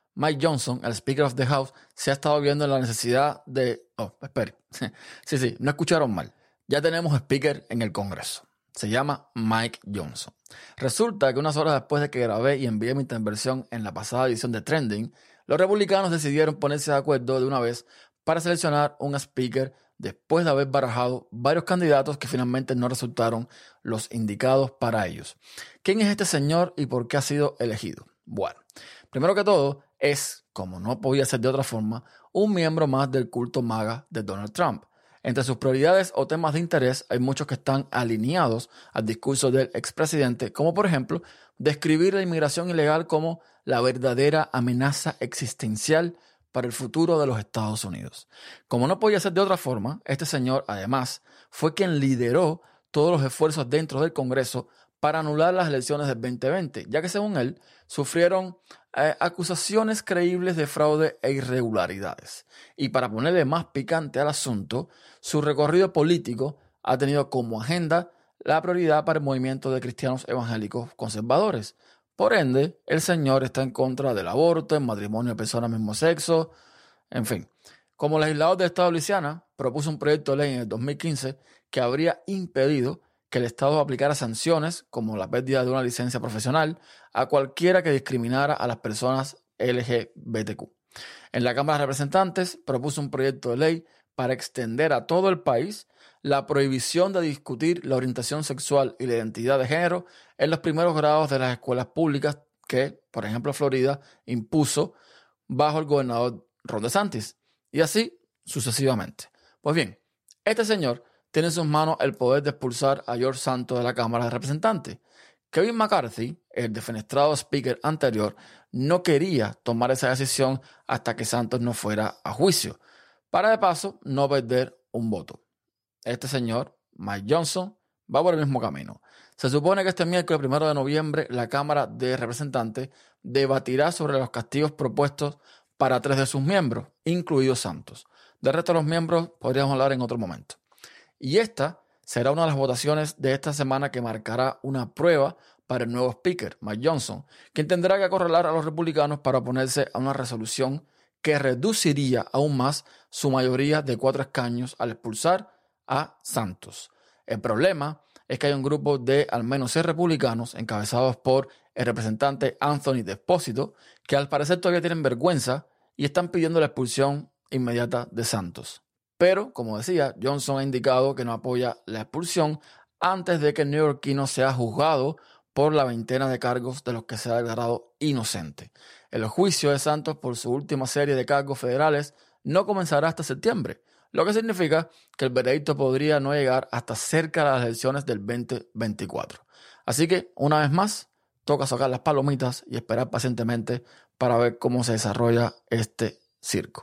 E: Mike Johnson, el Speaker of the House, se ha estado viendo en la necesidad de... Oh, espere. Sí, sí, no escucharon mal. Ya tenemos Speaker en el Congreso. Se llama Mike Johnson. Resulta que unas horas después de que grabé y envié mi intervención en la pasada edición de Trending, los republicanos decidieron ponerse de acuerdo de una vez para seleccionar un Speaker después de haber barajado varios candidatos que finalmente no resultaron los indicados para ellos. ¿Quién es este señor y por qué ha sido elegido? Bueno, primero que todo, es, como no podía ser de otra forma, un miembro más del culto MAGA de Donald Trump. Entre sus prioridades o temas de interés hay muchos que están alineados al discurso del expresidente, como por ejemplo, describir la inmigración ilegal como la verdadera amenaza existencial para el futuro de los Estados Unidos. Como no podía ser de otra forma, este señor, además, fue quien lideró todos los esfuerzos dentro del Congreso para anular las elecciones del veinte veinte, ya que según él, sufrieron eh, acusaciones creíbles de fraude e irregularidades. Y para ponerle más picante al asunto, su recorrido político ha tenido como agenda la prioridad para el movimiento de cristianos evangélicos conservadores. Por ende, el señor está en contra del aborto, el matrimonio de personas del mismo sexo, en fin. Como legislador del estado de Luisiana, propuso un proyecto de ley en el dos mil quince que habría impedido que el Estado aplicara sanciones, como la pérdida de una licencia profesional, a cualquiera que discriminara a las personas L G B T Q. En la Cámara de Representantes propuso un proyecto de ley para extender a todo el país la prohibición de discutir la orientación sexual y la identidad de género en los primeros grados de las escuelas públicas que, por ejemplo, Florida impuso bajo el gobernador Ron DeSantis, y así sucesivamente. Pues bien, este señor tiene en sus manos el poder de expulsar a George Santos de la Cámara de Representantes. Kevin McCarthy, el defenestrado speaker anterior, no quería tomar esa decisión hasta que Santos no fuera a juicio, para de paso no perder un voto. Este señor, Mike Johnson, va por el mismo camino. Se supone que este miércoles primero de noviembre la Cámara de Representantes debatirá sobre los castigos propuestos para tres de sus miembros, incluido Santos. Del resto de los miembros podríamos hablar en otro momento. Y esta será una de las votaciones de esta semana que marcará una prueba para el nuevo speaker, Mike Johnson, quien tendrá que acorralar a los republicanos para oponerse a una resolución que reduciría aún más su mayoría de cuatro escaños al expulsar a Santos. El problema es que hay un grupo de al menos seis republicanos encabezados por el representante Anthony D'Esposito que al parecer todavía tienen vergüenza y están pidiendo la expulsión inmediata de Santos. Pero, como decía, Johnson ha indicado que no apoya la expulsión antes de que el neoyorquino sea juzgado por la veintena de cargos de los que se ha declarado inocente. El juicio de Santos por su última serie de cargos federales no comenzará hasta septiembre, lo que significa que el veredicto podría no llegar hasta cerca de las elecciones del veinte veinticuatro. Así que, una vez más, toca sacar las palomitas y esperar pacientemente para ver cómo se desarrolla este circo.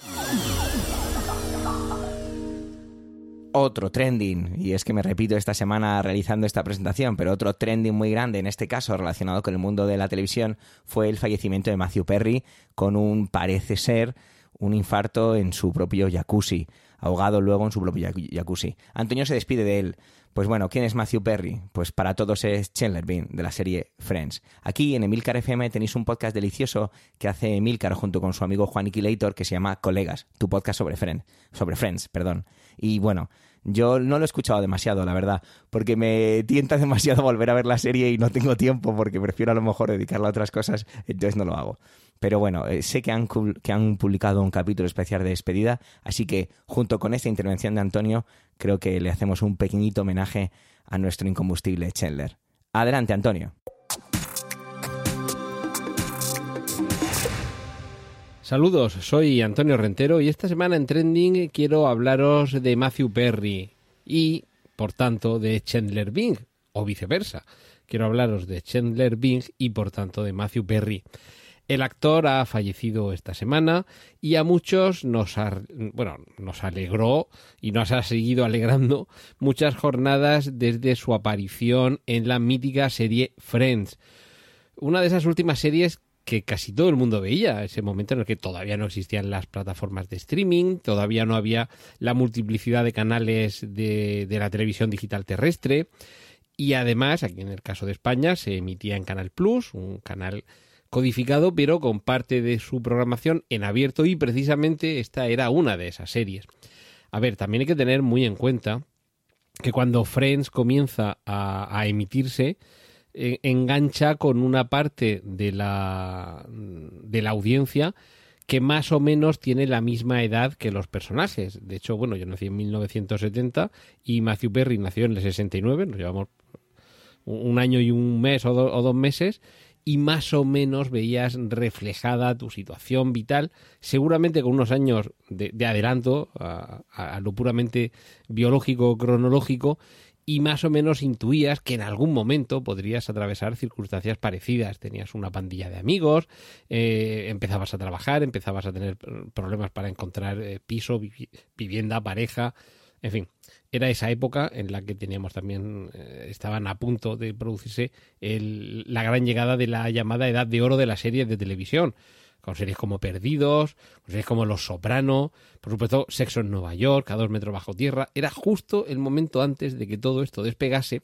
A: Otro trending, y es que me repito esta semana realizando esta presentación, pero otro trending muy grande, en este caso relacionado con el mundo de la televisión, fue el fallecimiento de Matthew Perry con un, parece ser, un infarto en su propio jacuzzi, ahogado luego en su propio jacuzzi. Antonio se despide de él. Pues bueno, ¿quién es Matthew Perry? Pues para todos es Chandler Bing, de la serie Friends. Aquí en Emilcar F M tenéis un podcast delicioso que hace Emilcar junto con su amigo Juan Iquilator que se llama Colegas, tu podcast sobre Friends, sobre Friends, perdón. Y bueno, yo no lo he escuchado demasiado, la verdad, porque me tienta demasiado volver a ver la serie y no tengo tiempo porque prefiero a lo mejor dedicarla a otras cosas, entonces no lo hago. Pero bueno, eh, sé que han, que han publicado un capítulo especial de despedida, así que junto con esta intervención de Antonio, creo que le hacemos un pequeñito homenaje a nuestro incombustible Chandler. Adelante, Antonio.
B: Saludos, soy Antonio Rentero y esta semana en Trending quiero hablaros de Matthew Perry y, por tanto, de Chandler Bing, o viceversa. Quiero hablaros de Chandler Bing y, por tanto, de Matthew Perry. El actor ha fallecido esta semana y a muchos nos, ha, bueno, nos alegró y nos ha seguido alegrando muchas jornadas desde su aparición en la mítica serie Friends. Una de esas últimas series que casi todo el mundo veía, ese momento en el que todavía no existían las plataformas de streaming, todavía no había la multiplicidad de canales de, de la televisión digital terrestre y además, aquí en el caso de España, se emitía en Canal Plus, un canal
F: codificado, pero con parte de su programación en abierto, y precisamente esta era una de esas series. A ver, también hay que tener muy en cuenta que cuando Friends comienza a, a emitirse, eh, engancha con una parte de la, de la audiencia que más o menos tiene la misma edad que los personajes. De hecho, bueno, yo nací en mil novecientos setenta y Matthew Perry nació en el sesenta y nueve, nos llevamos un año y un mes o, do, o dos meses, y más o menos veías reflejada tu situación vital, seguramente con unos años de, de adelanto a, a lo puramente biológico, cronológico, y más o menos intuías que en algún momento podrías atravesar circunstancias parecidas. Tenías una pandilla de amigos, eh, empezabas a trabajar, empezabas a tener problemas para encontrar eh, piso, vi- vivienda, pareja, en fin. Era esa época en la que teníamos también, eh, estaban a punto de producirse el, la gran llegada de la llamada edad de oro de las series de televisión, con series como Perdidos, con series como Los Soprano, por supuesto Sexo en Nueva York, A dos metros bajo tierra. Era justo el momento antes de que todo esto despegase,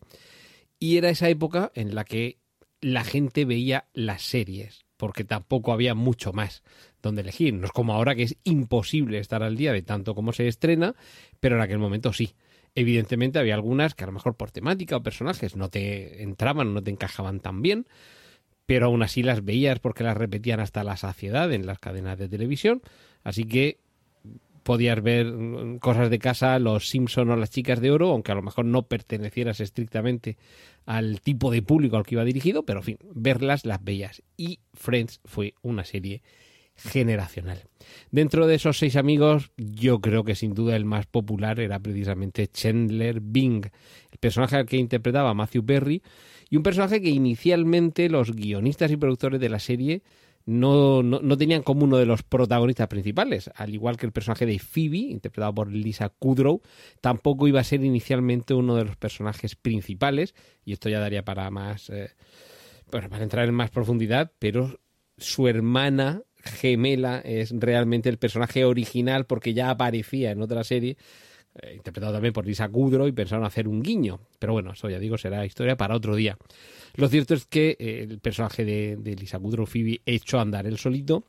F: y era esa época en la que la gente veía las series, porque tampoco había mucho más donde elegir. No es como ahora, que es imposible estar al día de tanto como se estrena, pero en aquel momento sí. Evidentemente había algunas que a lo mejor por temática o personajes no te entraban, no te encajaban tan bien, pero aún así las veías porque las repetían hasta la saciedad en las cadenas de televisión. Así que podías ver cosas de casa, Los Simpson o Las Chicas de Oro, aunque a lo mejor no pertenecieras estrictamente al tipo de público al que iba dirigido, pero en fin, verlas las veías. Y Friends fue una serie generacional. Dentro de esos seis amigos, yo creo que sin duda el más popular era precisamente Chandler Bing, el personaje al que interpretaba Matthew Perry, y un personaje que inicialmente los guionistas y productores de la serie no, no, no tenían como uno de los protagonistas principales. Al igual que el personaje de Phoebe, interpretado por Lisa Kudrow, tampoco iba a ser inicialmente uno de los personajes principales, y esto ya daría para más, eh, bueno, para entrar en más profundidad, pero su hermana gemela es realmente el personaje original, porque ya aparecía en otra serie, eh, interpretado también por Lisa Kudrow, y pensaron hacer un guiño. Pero bueno, eso ya digo, será historia para otro día. Lo cierto es que eh, el personaje de, de Lisa Kudrow, Phoebe, echó a andar él solito,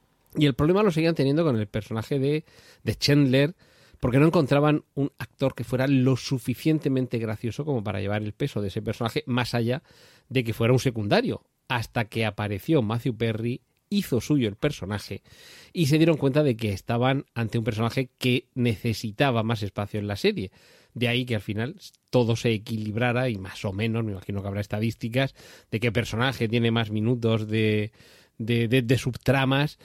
F: y el problema lo seguían teniendo con el personaje de, de Chandler, porque no encontraban un actor que fuera lo suficientemente gracioso como para llevar el peso de ese personaje, más allá de que fuera un secundario, hasta que apareció Matthew Perry, hizo suyo el personaje, y se dieron cuenta de que estaban ante un personaje que necesitaba más espacio en la serie. De ahí que al final todo se equilibrara, y más o menos, me imagino que habrá estadísticas de qué personaje tiene más minutos de, de, de, de subtramas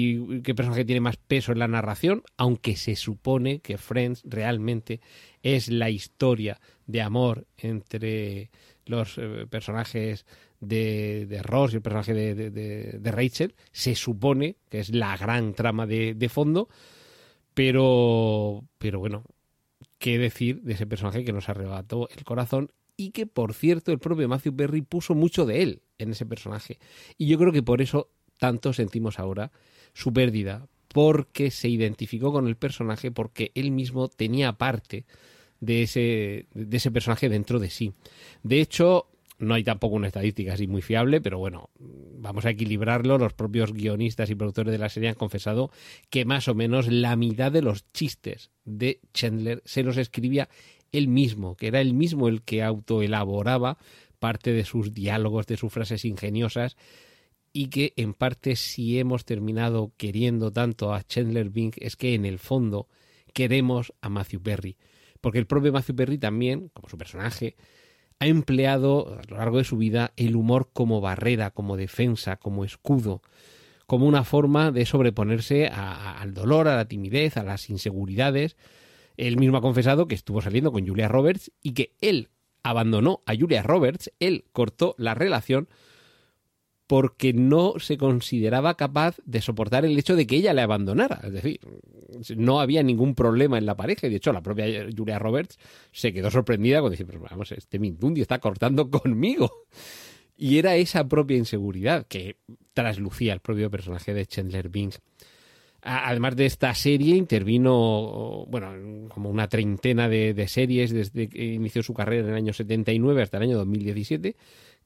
F: y qué personaje tiene más peso en la narración, aunque se supone que Friends realmente es la historia de amor entre los eh, personajes de, de Ross y el personaje de, de, de, de Rachel. Se supone que es la gran trama de, de fondo, pero, pero bueno, qué decir de ese personaje que nos arrebató el corazón, y que, por cierto, el propio Matthew Perry puso mucho de él en ese personaje. Y yo creo que por eso tanto sentimos ahora su pérdida, porque se identificó con el personaje, porque él mismo tenía parte de ese, de ese personaje dentro de sí. De hecho, no hay tampoco una estadística así muy fiable, pero bueno, vamos a equilibrarlo. Los propios guionistas y productores de la serie han confesado que más o menos la mitad de los chistes de Chandler se los escribía él mismo, que era él mismo el que autoelaboraba parte de sus diálogos, de sus frases ingeniosas, y que en parte, si hemos terminado queriendo tanto a Chandler Bing, es que en el fondo queremos a Matthew Perry, porque el propio Matthew Perry también, como su personaje, ha empleado a lo largo de su vida el humor como barrera, como defensa, como escudo, como una forma de sobreponerse a, a, al dolor, a la timidez, a las inseguridades. Él mismo ha confesado que estuvo saliendo con Julia Roberts y que él abandonó a Julia Roberts, él cortó la relación porque no se consideraba capaz de soportar el hecho de que ella le abandonara. Es decir, no había ningún problema en la pareja, y de hecho la propia Julia Roberts se quedó sorprendida cuando dice, pero vamos, este Mindundi está cortando conmigo. Y era esa propia inseguridad que traslucía el propio personaje de Chandler Bing. Además de esta serie, intervino, bueno, como una treintena de, de series desde que inició su carrera en el año setenta y nueve hasta el año dos mil diecisiete,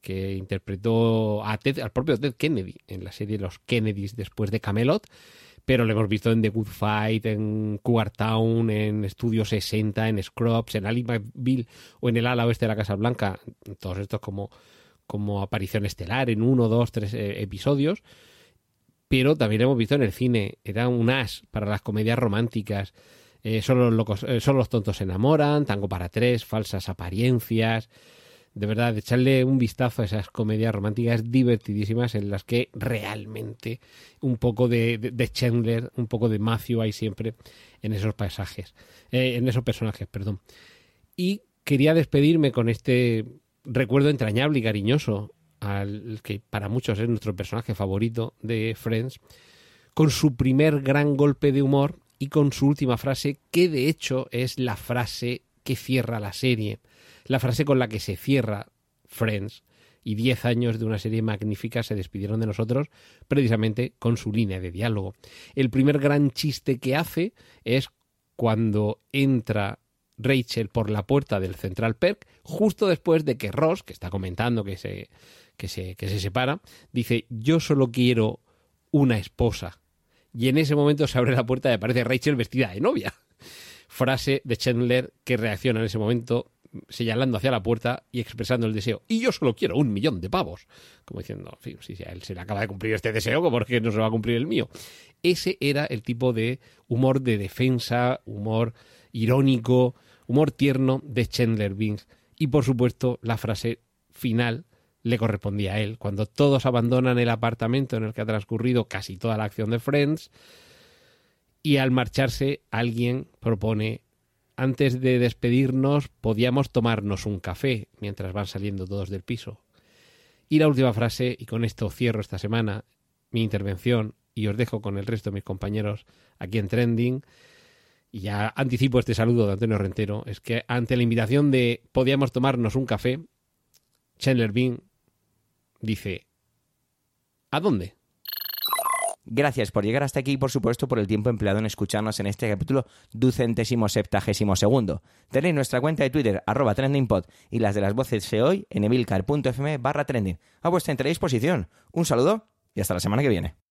F: que interpretó a Ted, al propio Ted Kennedy en la serie Los Kennedys después de Camelot, pero lo hemos visto en The Good Fight, en Cougar Town, en Estudio sesenta, en Scrubs, en Ali McBeal o en El ala oeste de la Casa Blanca, todos estos como, como aparición estelar en uno, dos, tres eh, episodios, pero también lo hemos visto en el cine, era un as para las comedias románticas, eh, solo, los locos, eh, solo los tontos se enamoran, Tango para tres, Falsas apariencias. De verdad, echarle un vistazo a esas comedias románticas divertidísimas en las que realmente un poco de, de, de Chandler, un poco de Matthew hay siempre en esos pasajes, eh, en esos personajes, perdón. Y quería despedirme con este recuerdo entrañable y cariñoso al que para muchos es nuestro personaje favorito de Friends, con su primer gran golpe de humor y con su última frase, que de hecho es la frase que cierra la serie. La frase con la que se cierra Friends, y diez años de una serie magnífica se despidieron de nosotros precisamente con su línea de diálogo. El primer gran chiste que hace es cuando entra Rachel por la puerta del Central Perk, justo después de que Ross, que está comentando que se, que se, que se separa, dice: yo solo quiero una esposa. Y en ese momento se abre la puerta y aparece Rachel vestida de novia. Frase de Chandler que reacciona en ese momento señalando hacia la puerta y expresando el deseo. Y yo solo quiero un millón de pavos. Como diciendo, en fin, si a él se le acaba de cumplir este deseo, ¿por qué no se va a cumplir el mío? Ese era el tipo de humor de defensa, humor irónico, humor tierno de Chandler Bing. Y por supuesto, la frase final le correspondía a él. Cuando todos abandonan el apartamento en el que ha transcurrido casi toda la acción de Friends, y al marcharse alguien propone: antes de despedirnos, podíamos tomarnos un café, mientras van saliendo todos del piso. Y la última frase, y con esto cierro esta semana mi intervención y os dejo con el resto de mis compañeros aquí en Trending, y ya anticipo este saludo de Antonio Rentero, es que ante la invitación de podíamos tomarnos un café, Chandler Bing dice: ¿a dónde?
A: Gracias por llegar hasta aquí y por supuesto por el tiempo empleado en escucharnos en este capítulo ducentésimo septagésimo segundo. Tenéis nuestra cuenta de Twitter, arroba trendingpod, y las de las voces de hoy en emilcar punto fm barra trending. A vuestra entera disposición. Un saludo y hasta la semana que viene.